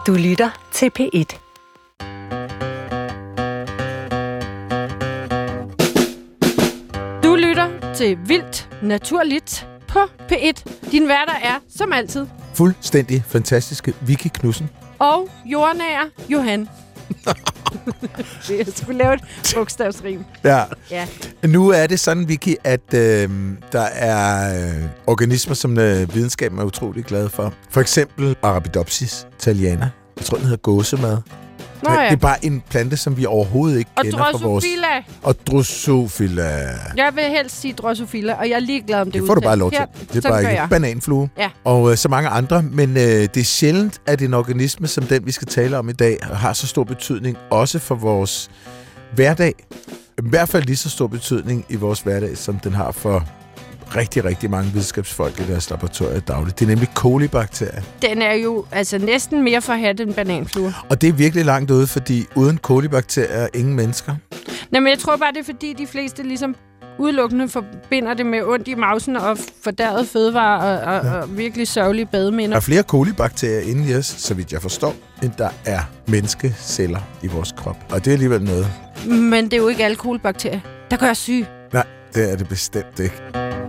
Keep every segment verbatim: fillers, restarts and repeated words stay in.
Du lytter til P et. Du lytter til Vildt Naturligt på P et. Din værter er, som altid, fuldstændig fantastiske Vicky Knudsen og jordnære Johan. Jeg skulle lave et bogstavsrim. Ja. ja. Nu er det sådan, Vicky, at øh, der er øh, organismer, som øh, videnskaben er utrolig glad for. For eksempel Arabidopsis thaliana. Jeg tror, den hedder gåsemad. Nå, ja. Det er bare en plante, som vi overhovedet ikke og kender fra vores... Og Drosophila. Jeg vil helst sige Drosophila, og jeg er ligeglad om det. Det får du bare lov til. Det er bare ikke jeg. Bananflue. Ja. Og øh, så mange andre. Men øh, det er sjældent, at en organisme som den, vi skal tale om i dag, har så stor betydning, også for vores hverdag. I hvert fald lige så stor betydning i vores hverdag, som den har for rigtig, rigtig mange videnskabsfolk i deres laboratorier dagligt. Det er nemlig kolibakterier. Den er jo altså næsten mere forhat end bananfluer. Og det er virkelig langt ude, fordi uden kolibakterier er ingen mennesker. Nej, men jeg tror bare, det er fordi, de fleste ligesom udelukkende forbinder det med ondt i mausen og fordærret fødevarer og, og, ja. og virkelig sørgelige bademinder. Der er flere kolibakterier inde i os, så vidt jeg forstår, end der er menneskeceller i vores krop. Og det er alligevel noget. Men det er jo ikke alle kolibakterier, der gør syg. Nej, det er det bestemt ikke.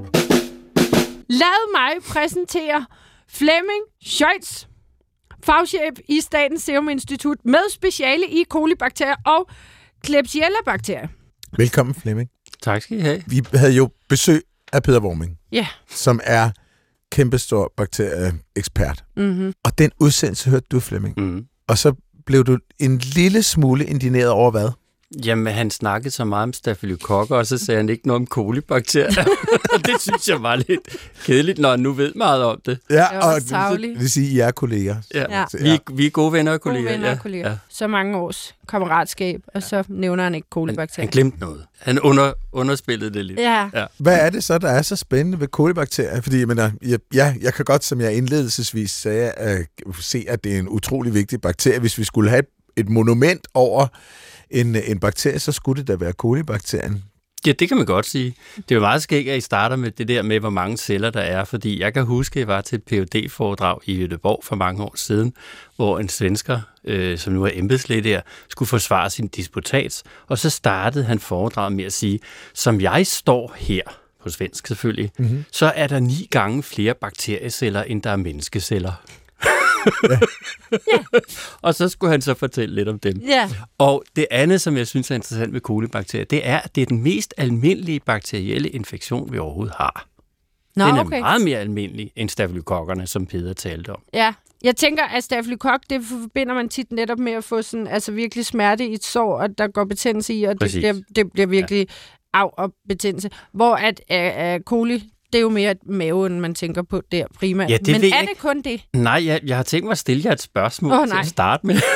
Lad mig præsentere Flemming Schøjtz, fagchef i Statens Serum Institut med speciale i kolibakterier og Klebsiella-bakterier. Velkommen, Flemming. Tak skal I have. Vi havde jo besøg af Peter Worming, ja. som er kæmpestor bakterieekspert. Mm-hmm. Og den udsendelse hørte du, Flemming. Mm. Og så blev du en lille smule indigneret over hvad? Jamen, han snakkede så meget om stafylokokker, og så sagde han ikke noget om kolibakterier. Det synes jeg var lidt kedeligt, når han nu ved meget om det. Ja, det og det, det vil sige, at I er kolleger. Ja. Ja. Vi, vi er gode venner og kolleger. Gode venner og kolleger. Ja. Så mange års kammeratskab, og så nævner han ikke kolibakterier. Han, han glemte noget. Han under, underspillede det lidt. Ja. Ja. Hvad er det så, der er så spændende ved kolibakterier? Fordi jeg mener, jeg, ja, jeg kan godt, som jeg indledelsesvis sagde, at se, at det er en utrolig vigtig bakterie. Hvis vi skulle have et, et monument over En, en bakterie, så skulle det da være kolibakterien. Ja, det kan man godt sige. Det er jo meget skægt, at I starter med det der med, hvor mange celler der er, fordi jeg kan huske, at jeg var til et P H D-foredrag i Göteborg for mange år siden, hvor en svensker, øh, som nu er embedslæge der, skulle forsvare sin disputats, og så startede han foredraget med at sige, som jeg står her, på svensk selvfølgelig, mm-hmm. så er der ni gange flere bakterieceller, end der er menneskeceller. Ja. Ja. Og så skulle han så fortælle lidt om dem. Ja. Og det andet, som jeg synes er interessant ved kolibakterier, det er, at det er den mest almindelige bakterielle infektion, vi overhovedet har. Nå, den er okay. meget mere almindelig end stafylokokkerne, som Peter talte om. Ja, jeg tænker, at stafylokok, det forbinder man tit netop med at få sådan, altså virkelig smerte i et sår, og der går betændelse i, og det bliver, det bliver virkelig ja. af og betændelse. Hvor at uh, coli, det er jo mere maven, man tænker på der primært. Ja, det men er ikke. det kun det? Nej, jeg, jeg har tænkt mig at stille jer et spørgsmål oh, til at starte med.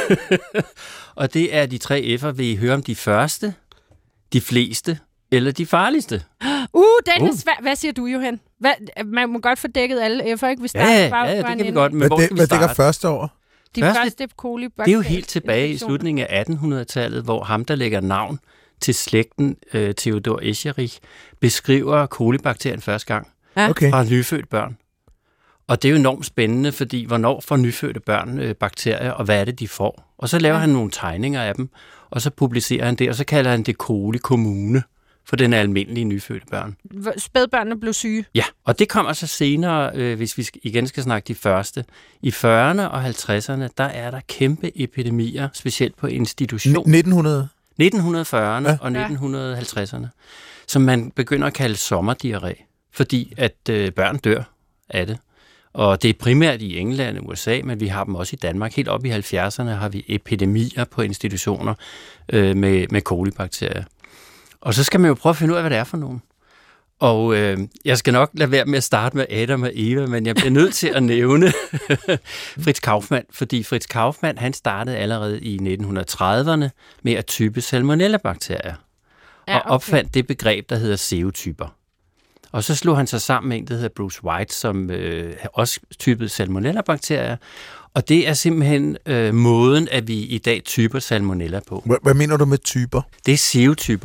Og det er de tre F'er. Vil I høre om de første, de fleste eller de farligste? Uh, den er svær. Hvad siger du, Johan? Hvad, man må godt få dækket alle F'er, ikke? Vi starter ja, bare ja, det kan vi godt. Men hvad hvor skal hvad vi starte? dækker første år? De første, første kolibakterier. Det er jo helt tilbage i slutningen af attenhundredetallet, hvor ham, der lægger navn til slægten, øh, Theodor Escherich, beskriver kolibakterien første gang. Ja. Okay. Fra nyfødte børn. Og det er jo enormt spændende, fordi hvornår får nyfødte børn øh, bakterier, og hvad er det, de får? Og så laver ja. han nogle tegninger af dem, og så publicerer han det, og så kalder han det kolikommune, for den er almindelige nyfødte børn. Spædbørnene blev syge? Ja, og det kommer så senere, øh, hvis vi igen skal snakke de første. I fyrrerne og halvtredserne, der er der kæmpe epidemier, specielt på institution. nitten hundrede? nitten fyrrerne ja. og nitten halvtredserne, som man begynder at kalde sommerdiarré. Fordi at øh, børn dør af det. Og det er primært i England og U S A, men vi har dem også i Danmark. Helt op i halvfjerdserne har vi epidemier på institutioner øh, med, med kolibakterier. Og så skal man jo prøve at finde ud af, hvad det er for nogen. Og øh, jeg skal nok lade være med at starte med Adam og Eva, men jeg bliver nødt til at nævne Fritz Kaufmann, fordi Fritz Kaufmann, han startede allerede i nitten trediverne med at type salmonella-bakterier. Ja, okay. Og opfandt det begreb, der hedder serotyper. Og så slog han sig sammen med en, der hedder Bruce White, som øh, også typede salmonella-bakterier. Og det er simpelthen øh, måden, at vi i dag typer salmonella på. Hvad mener du med typer? Det er serotyper.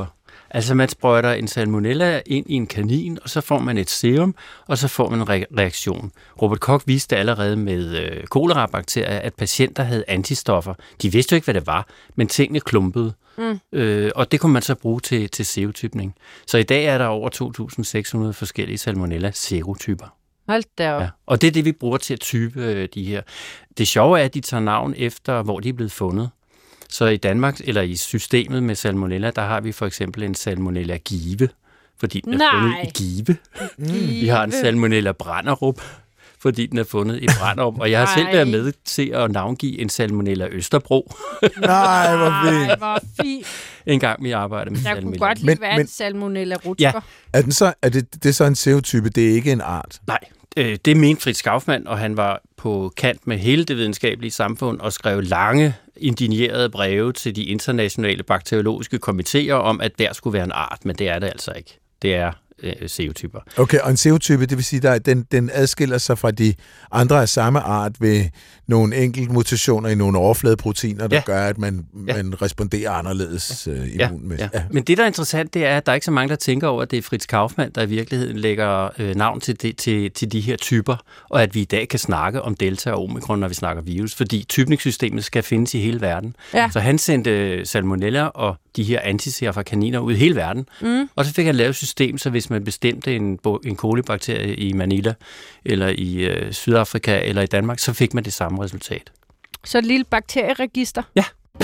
Altså man sprøjter en salmonella ind i en kanin, og så får man et serum, og så får man en re- reaktion. Robert Koch viste allerede med øh, kolerabakterier, at patienter havde antistoffer. De vidste jo ikke, hvad det var, men tingene klumpede. Mm. Øh, og det kunne man så bruge til, til serotypning. Så i dag er der over to tusind seks hundrede forskellige salmonella-serotyper. Hold da op. Ja, og det er det, vi bruger til at type øh, de her. Det sjove er, at de tager navn efter, hvor de er blevet fundet. Så i Danmark, eller i systemet med salmonella, der har vi for eksempel en salmonella Give, fordi den er Nej. fundet i Give. Mm. Vi har en salmonella Branderup, fordi den er fundet i Branderup. Og jeg har Nej. selv været med til at navngive en salmonella Østerbro. Nej, hvor fint. Nej, hvor fint. En gang vi arbejder med der salmonella. Der kunne godt lige men, være men, en salmonella Rutger. Ja. Er, den så, er det, det er så en serotype, det er ikke en art? Nej. Det mente Fritz Kaufmann, og han var på kant med hele det videnskabelige samfund og skrev lange, indignerede breve til de internationale bakteriologiske komitéer om, at der skulle være en art, men det er det altså ikke. Det er øh, serotyper. Okay, og en serotype, det vil sige, at den, den adskiller sig fra de andre af samme art ved nogle enkelte mutationer i nogle overfladeproteiner, der ja. gør, at man, ja. man responderer anderledes øh, immunmæssigt. Ja. Ja. Men det, der er interessant, det er, at der er ikke så mange, der tænker over, at det er Fritz Kaufmann, der i virkeligheden lægger øh, navn til, de, til, til de her typer, og at vi i dag kan snakke om delta og omikron, når vi snakker virus, fordi typningssystemet skal findes i hele verden. Ja. Så han sendte salmonella og de her antiserer fra kaniner ud i hele verden, mm. og så fik han lavet et system, så hvis man bestemte en, en kolibakterie i Manila, eller i øh, Sydafrika, eller i Danmark, så fik man det samme resultat. Så et lille bakterieregister? Ja.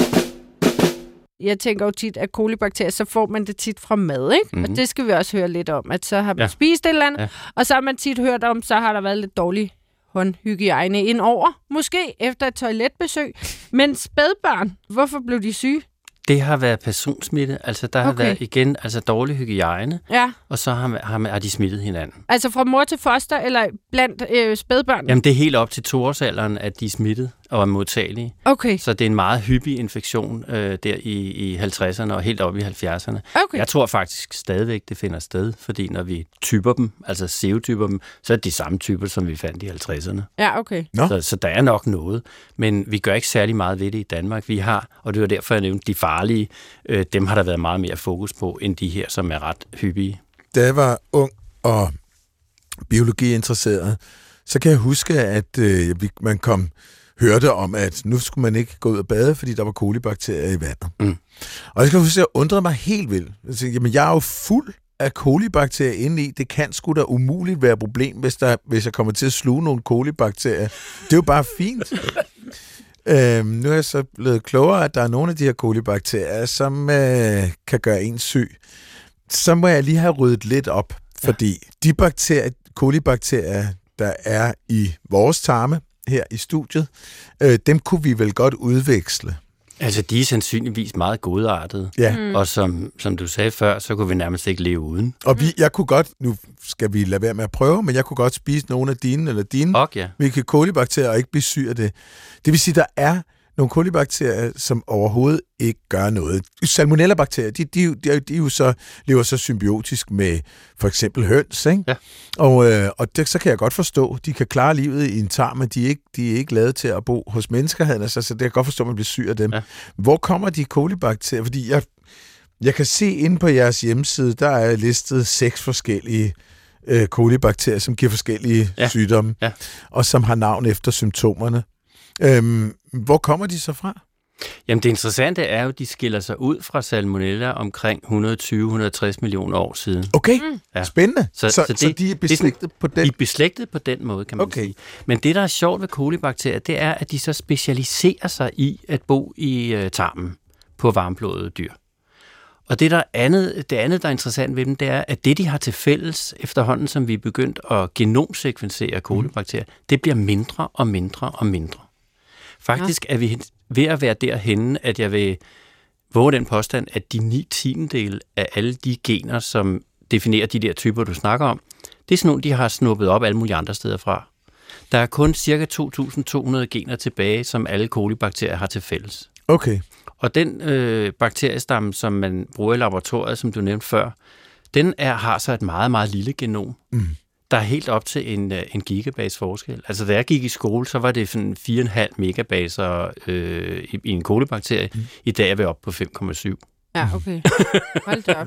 Jeg tænker jo tit, at kolibakterier, så får man det tit fra mad, ikke? Mm-hmm. Og det skal vi også høre lidt om, at så har man ja. spist et eller andet, ja. og så har man tit hørt om, så har der været lidt dårlig håndhygiejne indover, måske efter et toiletbesøg. Men spædbørn, hvorfor blev de syge? Det har været personsmitte, altså der har okay. været igen altså dårlig hygiejne, ja. og så har, har, har de smittet hinanden. Altså fra mor til foster, eller blandt øh, spædbørn? Jamen det er helt op til toårsalderen, at de er smittet og er modtagelige. Okay. Så det er en meget hyppig infektion øh, der i, i halvtredserne og helt op i halvfjerdserne. Okay. Jeg tror faktisk stadigvæk, det finder sted, fordi når vi typer dem, altså serotyper dem, så er det de samme typer, som vi fandt i halvtredserne. Ja, okay. No. Så, så der er nok noget, men vi gør ikke særlig meget ved det i Danmark. Vi har, og det var derfor, jeg nævnte de farlige, øh, dem har der været meget mere fokus på, end de her, som er ret hyppige. Da jeg var ung og biologiinteresseret, så kan jeg huske, at øh, man kom hørte om, at nu skulle man ikke gå ud og bade, fordi der var kolibakterier i vandet. Mm. Og jeg skal huske, at jeg undrede mig helt vildt. Jeg tænkte, jamen jeg er jo fuld af kolibakterier inde i. Det kan sgu da umuligt være et problem, hvis, der, hvis jeg kommer til at sluge nogle kolibakterier. Det er jo bare fint. øhm, nu er jeg så blevet klogere, at der er nogle af de her kolibakterier, som øh, kan gøre en syg. Så må jeg lige have ryddet lidt op, fordi ja. de bakterier, kolibakterier, der er i vores tarme, her i studiet, øh, dem kunne vi vel godt udveksle. Altså, de er sandsynligvis meget godartede. Ja. Mm. Og som, som du sagde før, så kunne vi nærmest ikke leve uden. Og vi, jeg kunne godt, nu skal vi lade være med at prøve, men jeg kunne godt spise nogle af dine eller dine okay. hvilke kolibakterier og ikke blive syg af det. Det vil sige, der er nogle kolibakterier, som overhovedet ikke gør noget. Salmonella-bakterier, de, de, de, de jo så, lever så symbiotisk med for eksempel høns, ikke? Ja. Og, øh, og det, så kan jeg godt forstå, de kan klare livet i en tarm, men de er ikke, de er ikke lavet til at bo hos mennesker, havde så, så det kan jeg godt forstå, at man bliver syg af dem. Ja. Hvor kommer de kolibakterier? Fordi jeg, jeg kan se inde på jeres hjemmeside, der er listet seks forskellige øh, kolibakterier, som giver forskellige ja. sygdomme, ja. og som har navn efter symptomerne. Øhm, hvor kommer de så fra? Jamen det interessante er jo, at de skiller sig ud fra salmonella omkring et hundrede og tyve til et hundrede og tres millioner år siden. Okay, mm. ja. Spændende. Så, så, så, det, så de er beslægtet det, på den? De er beslægtet på den måde, kan man okay. sige. Men det, der er sjovt ved kolibakterier, det er, at de så specialiserer sig i at bo i uh, tarmen på varmblodede dyr. Og det, der andet, det andet, der er interessant ved dem, det er, at det, de har til fælles efterhånden, som vi er begyndt at genomsekvensere kolibakterier, mm. det bliver mindre og mindre og mindre. Faktisk ja. er vi ved at være derhenne, at jeg vil våge den påstand, at de ni tiendedele af alle de gener, som definerer de der typer, du snakker om, det er sådan nogle, de har snuppet op alle mulige andre steder fra. Der er kun cirka to tusind to hundrede gener tilbage, som alle kolibakterier har til fælles. Okay. Og den øh, bakteriestamme, som man bruger i laboratoriet, som du nævnte før, den er, har så et meget, meget lille genom. Mm. Der er helt op til en, en gigabase forskel. Altså, da jeg gik i skole, så var det sådan fire komma fem megabaser øh, i, i en kolibakterie. Mm. I dag er vi oppe på fem komma syv. Ja, okay. Hold da op.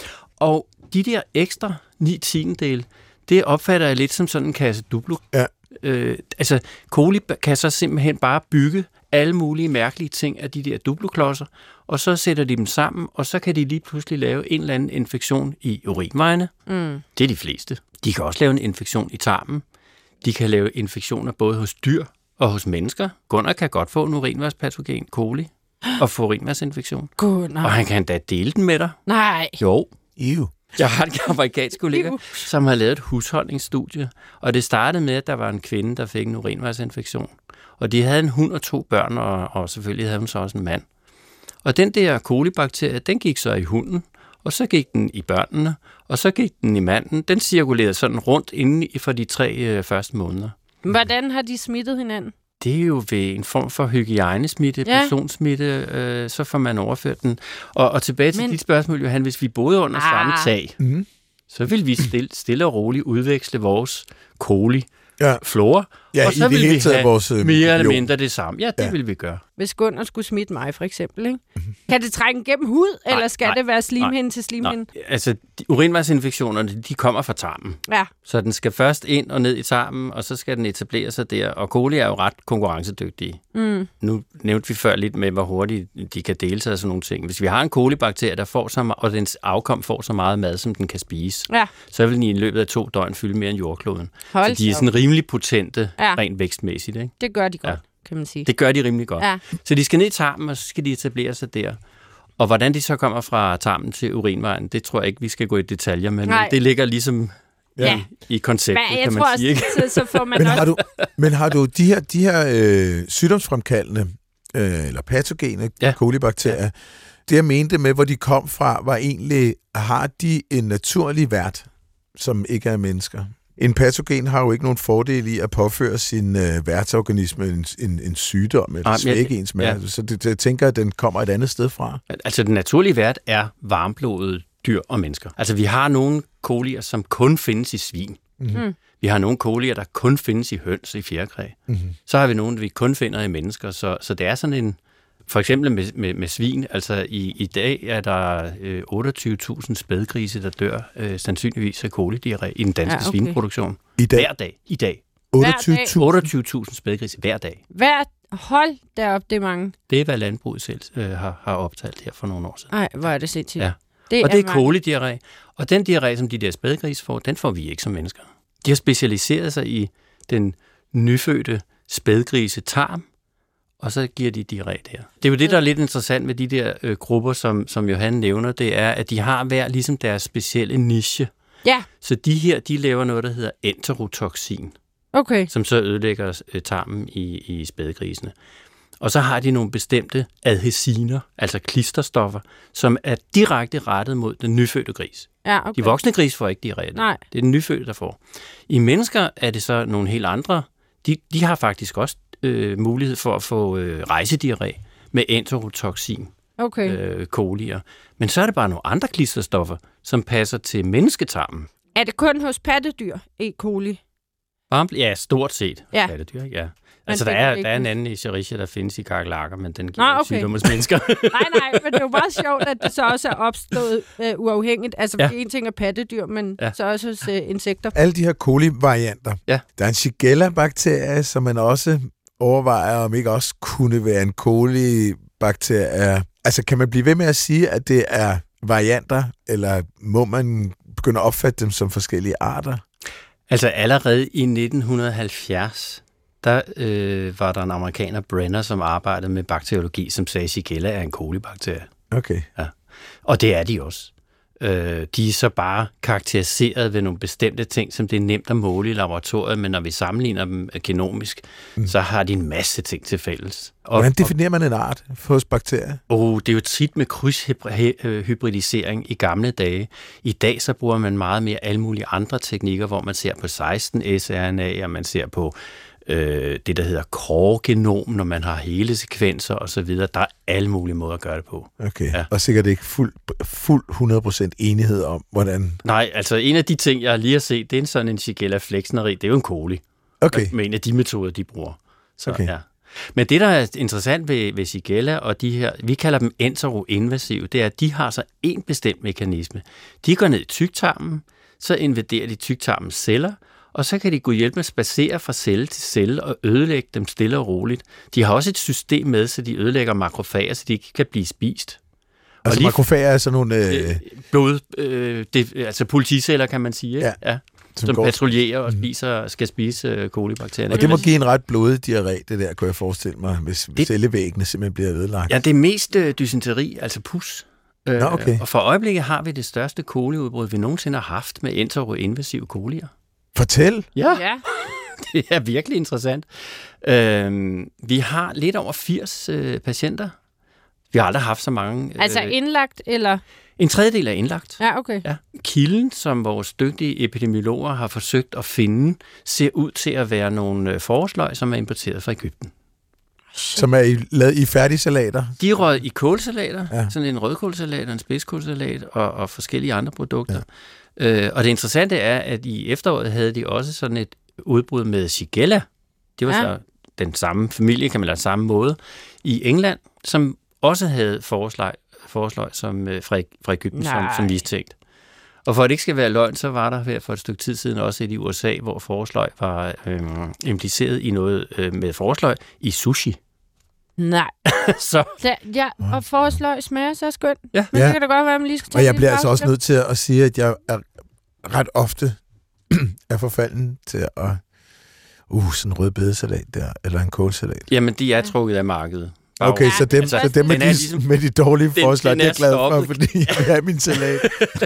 Og de der ekstra ni tiendedele, det opfatter jeg lidt som sådan en kasse Duplo. Ja. Øh, altså, Coli kan så simpelthen bare bygge alle mulige mærkelige ting af de der Duplo-klodser, og så sætter de dem sammen, og så kan de lige pludselig lave en eller anden infektion i urinvejene. Mm. Det er de fleste. De kan også lave en infektion i tarmen. De kan lave infektioner både hos dyr og hos mennesker. Gunnar kan godt få en urinvejspatogen, Coli, og få urinvejsinfektion. Gunnar. Og han kan da dele den med dig. Nej. Jo. Ew. Jeg har en amerikansk kollega, som har lavet et husholdningsstudie, og det startede med, at der var en kvinde, der fik en urinvejsinfektion. Og de havde en hund og to børn, og, og selvfølgelig havde hun så også en mand. Og den der kolibakterie, den gik så i hunden, og så gik den i børnene, og så gik den i manden. Den cirkulerede sådan rundt inden for de tre øh, første måneder. Hvordan har de smittet hinanden? Det er jo ved en form for hygiejnesmitte, ja. personsmitte, øh, så får man overført den. Og, og tilbage til Men... dit spørgsmål, Johan, hvis vi boede under ah. samme tag, mm. så ville vi stille, stille og roligt udveksle vores coli, ja. flora, ja, og så ville vi have vores, øh, mere eller mindre det samme. Ja, det ja. ville vi gøre. Hvis Gunnar skulle smitte mig, for eksempel, ikke? Mm-hmm. Kan det trænge igennem hud, nej, eller skal nej, det være slimhinde til slimhinde? Nej. Altså, urinvejsinfektionerne, de kommer fra tarmen. Ja. Så den skal først ind og ned i tarmen, og så skal den etablere sig der. Og coli er jo ret konkurrencedygtige. Mm. Nu nævnte vi før lidt med, hvor hurtigt de kan dele sig af sådan nogle ting. Hvis vi har en kolibakterie, der får så meget, og dens afkom får så meget mad, som den kan spise, ja. så vil den i løbet af to døgn fylde mere end jordkloden. Hold så de er sådan rimelig potente, ja. rent vækstmæssigt. Ikke? Det gør de godt. Ja. Kan man sige. Det gør de rimelig godt. Ja. Så de skal ned i tarmen, og så skal de etablere sig der. Og hvordan de så kommer fra tarmen til urinvejen, det tror jeg ikke, vi skal gå i detaljer, men Nej. det ligger ligesom ja. i, i konceptet, men, kan man tror sige. Også, så, så får man men, også... har du, men har du de her, de her øh, sygdomsfremkaldende, øh, eller patogene ja. kolibakterier, ja. det jeg mente med, hvor de kom fra, var egentlig, har de en naturlig vært, som ikke er mennesker? En patogen har jo ikke nogen fordel i at påføre sin øh, værtsorganisme en, en, en sygdom eller svække ens mad. Ja. Så det, det, jeg tænker, at den kommer et andet sted fra. Altså, den naturlige vært er varmblodede dyr og mennesker. Altså, vi har nogle kolier, som kun findes i svin. Mm-hmm. Vi har nogle kolier, der kun findes i høns, i fjerkræ. Mm-hmm. Så har vi nogle, vi kun finder i mennesker. Så, så det er sådan en... For eksempel med, med, med svin, altså i, i dag er der øh, otteogtyve tusind spædgrise, der dør øh, sandsynligvis af kolidiarré i den danske ja, okay. svineproduktion. I dag? Hver dag. I dag. otteogtyve tusind spædgrise hver dag. Hver hold derop, det er mange. Det er, hvad landbruget selv øh, har, har optalt her for nogle år siden. Nej, hvor er det sindssygt. Ja. Det og det er, er kolidiarré. Og den diarré, som de der spædgrise får, den får vi ikke som mennesker. De har specialiseret sig i den nyfødte spædgrise tarm, og så giver de diarré der. Det er jo det, der er lidt interessant med de der øh, grupper, som, som Johan nævner, det er, at de har hver ligesom deres specielle niche. Ja. Så de her, de laver noget, der hedder enterotoxin, okay. som så ødelægger øh, tarmen i, i spædgrisene. Og så har de nogle bestemte adhesiner, altså klisterstoffer, som er direkte rettet mod den nyfødte gris. Ja, okay. De voksne gris får ikke diarré. Nej. Det er den nyfødte, der får. I mennesker er det så nogle helt andre. De, de har faktisk også øh, mulighed for at få øh, rejsediarré med enterotoxin, okay. øh, kolier. Men så er det bare nogle andre klisterstoffer, som passer til mennesketarmen. Er det kun hos pattedyr, E. coli? Ja, stort set. Ja. Pattedyr, ja. Altså, der er, der er en anden Escherichia, der findes i kakelakker, men den giver Nå, okay. sygdom hos mennesker. nej, nej, men det er jo meget sjovt, at det så også er opstået øh, uafhængigt. Altså, ja. en ting er pattedyr, men ja. så også hos øh, insekter. Alle de her coli-varianter. Ja. Der er en Shigella-bakterie, som man også overvejer, om ikke også kunne være en coli-bakterie. Altså, kan man blive ved med at sige, at det er varianter, eller må man begynde at opfatte dem som forskellige arter? Altså, allerede i nitten halvfjerds der øh, var der en amerikaner, Brenner, som arbejdede med bakteriologi, som sagde, at Shigella er en kolibakterie. Okay. Ja. Og det er de også. Øh, de er så bare karakteriseret ved nogle bestemte ting, som det er nemt at måle i laboratoriet, men når vi sammenligner dem genomisk, mm. så har de en masse ting til fælles. Og, Hvordan definerer man en art hos bakterier? Oh, det er jo tit med krydshybridisering i gamle dage. I dag så bruger man meget mere alle mulige andre teknikker, hvor man ser på seksten S R N A, og man ser på øh, det, der hedder core-genom, når man har hele sekvenser osv. Der er alle mulige måder at gøre det på. Okay, ja. Og sikkert ikke fuld, fuld hundrede procent enighed om, hvordan... Nej, altså en af de ting, jeg lige har set, det er en sådan en Shigella flexneri, det er jo en coli. Okay. Med en af de metoder, de bruger. Så, okay. Ja. Men det, der er interessant ved, ved Shigella og de her, vi kalder dem enteroinvasive, det er, at de har så en bestemt mekanisme. De går ned i tyktarmen, så invaderer de tyktarmens celler, og så kan de gå hjælp med at spacere fra celle til celle og ødelægge dem stille og roligt. De har også et system med, så de ødelægger makrofager, så de ikke kan blive spist. Altså makrofager er sådan nogle... Øh... Blod, øh, det, altså politiceller, kan man sige. Ja. Ja. Som, som patruljerer og spiser, skal spise øh, kolibakterierne. Og det må give en ret blodig diarré, det der, kan jeg forestille mig, hvis det, cellevæggene simpelthen bliver ødelagt. Ja, det er mest øh, dysenteri, altså pus. Øh, Nå, okay. Og for øjeblikket har vi det største koliudbrud, vi nogensinde har haft med enteroinvasive kolier. Fortæl! Ja, ja. Det er virkelig interessant. Øh, vi har lidt over firs øh, patienter. Vi har aldrig haft så mange. Øh, altså indlagt, eller? En tredjedel er indlagt. Ja, okay. Ja. Kilden, som vores dygtige epidemiologer har forsøgt at finde, ser ud til at være nogle forårsløg, som er importeret fra Egypten. Som er i, lavet i færdigsalater? De er røget i kålsalater, ja. Sådan en rødkålsalat og en spidskålsalat og, og forskellige andre produkter. Ja. Øh, og det interessante er, at i efteråret havde de også sådan et udbrud med Shigella. Det var ja. så den samme familie, kan man lade samme måde, i England, som også havde forårsløg, forårsløg som, øh, fra, fra Egypten som, som mistænkt. Og for at det ikke skal være løgn, så var der her for et stykke tid siden også et i U S A, hvor forårsløg var øh, impliceret i noget øh, med forårsløg i sushi. Nej. så. Da, ja, og forårsløg smager så skønt. Ja. Men ja. det kan da godt være, at man lige skal tage. Og jeg bliver altså også nødt til at sige, at jeg er ret ofte er forfalden til at uh, sådan en rød bedesalat der, eller en kålsalat. Jamen, de er trukket af markedet. Okay, ja, så dem, altså, så dem med, de, ligesom, med de dårlige den, forslag, den er det er glad for, fordi jeg vil have min salat.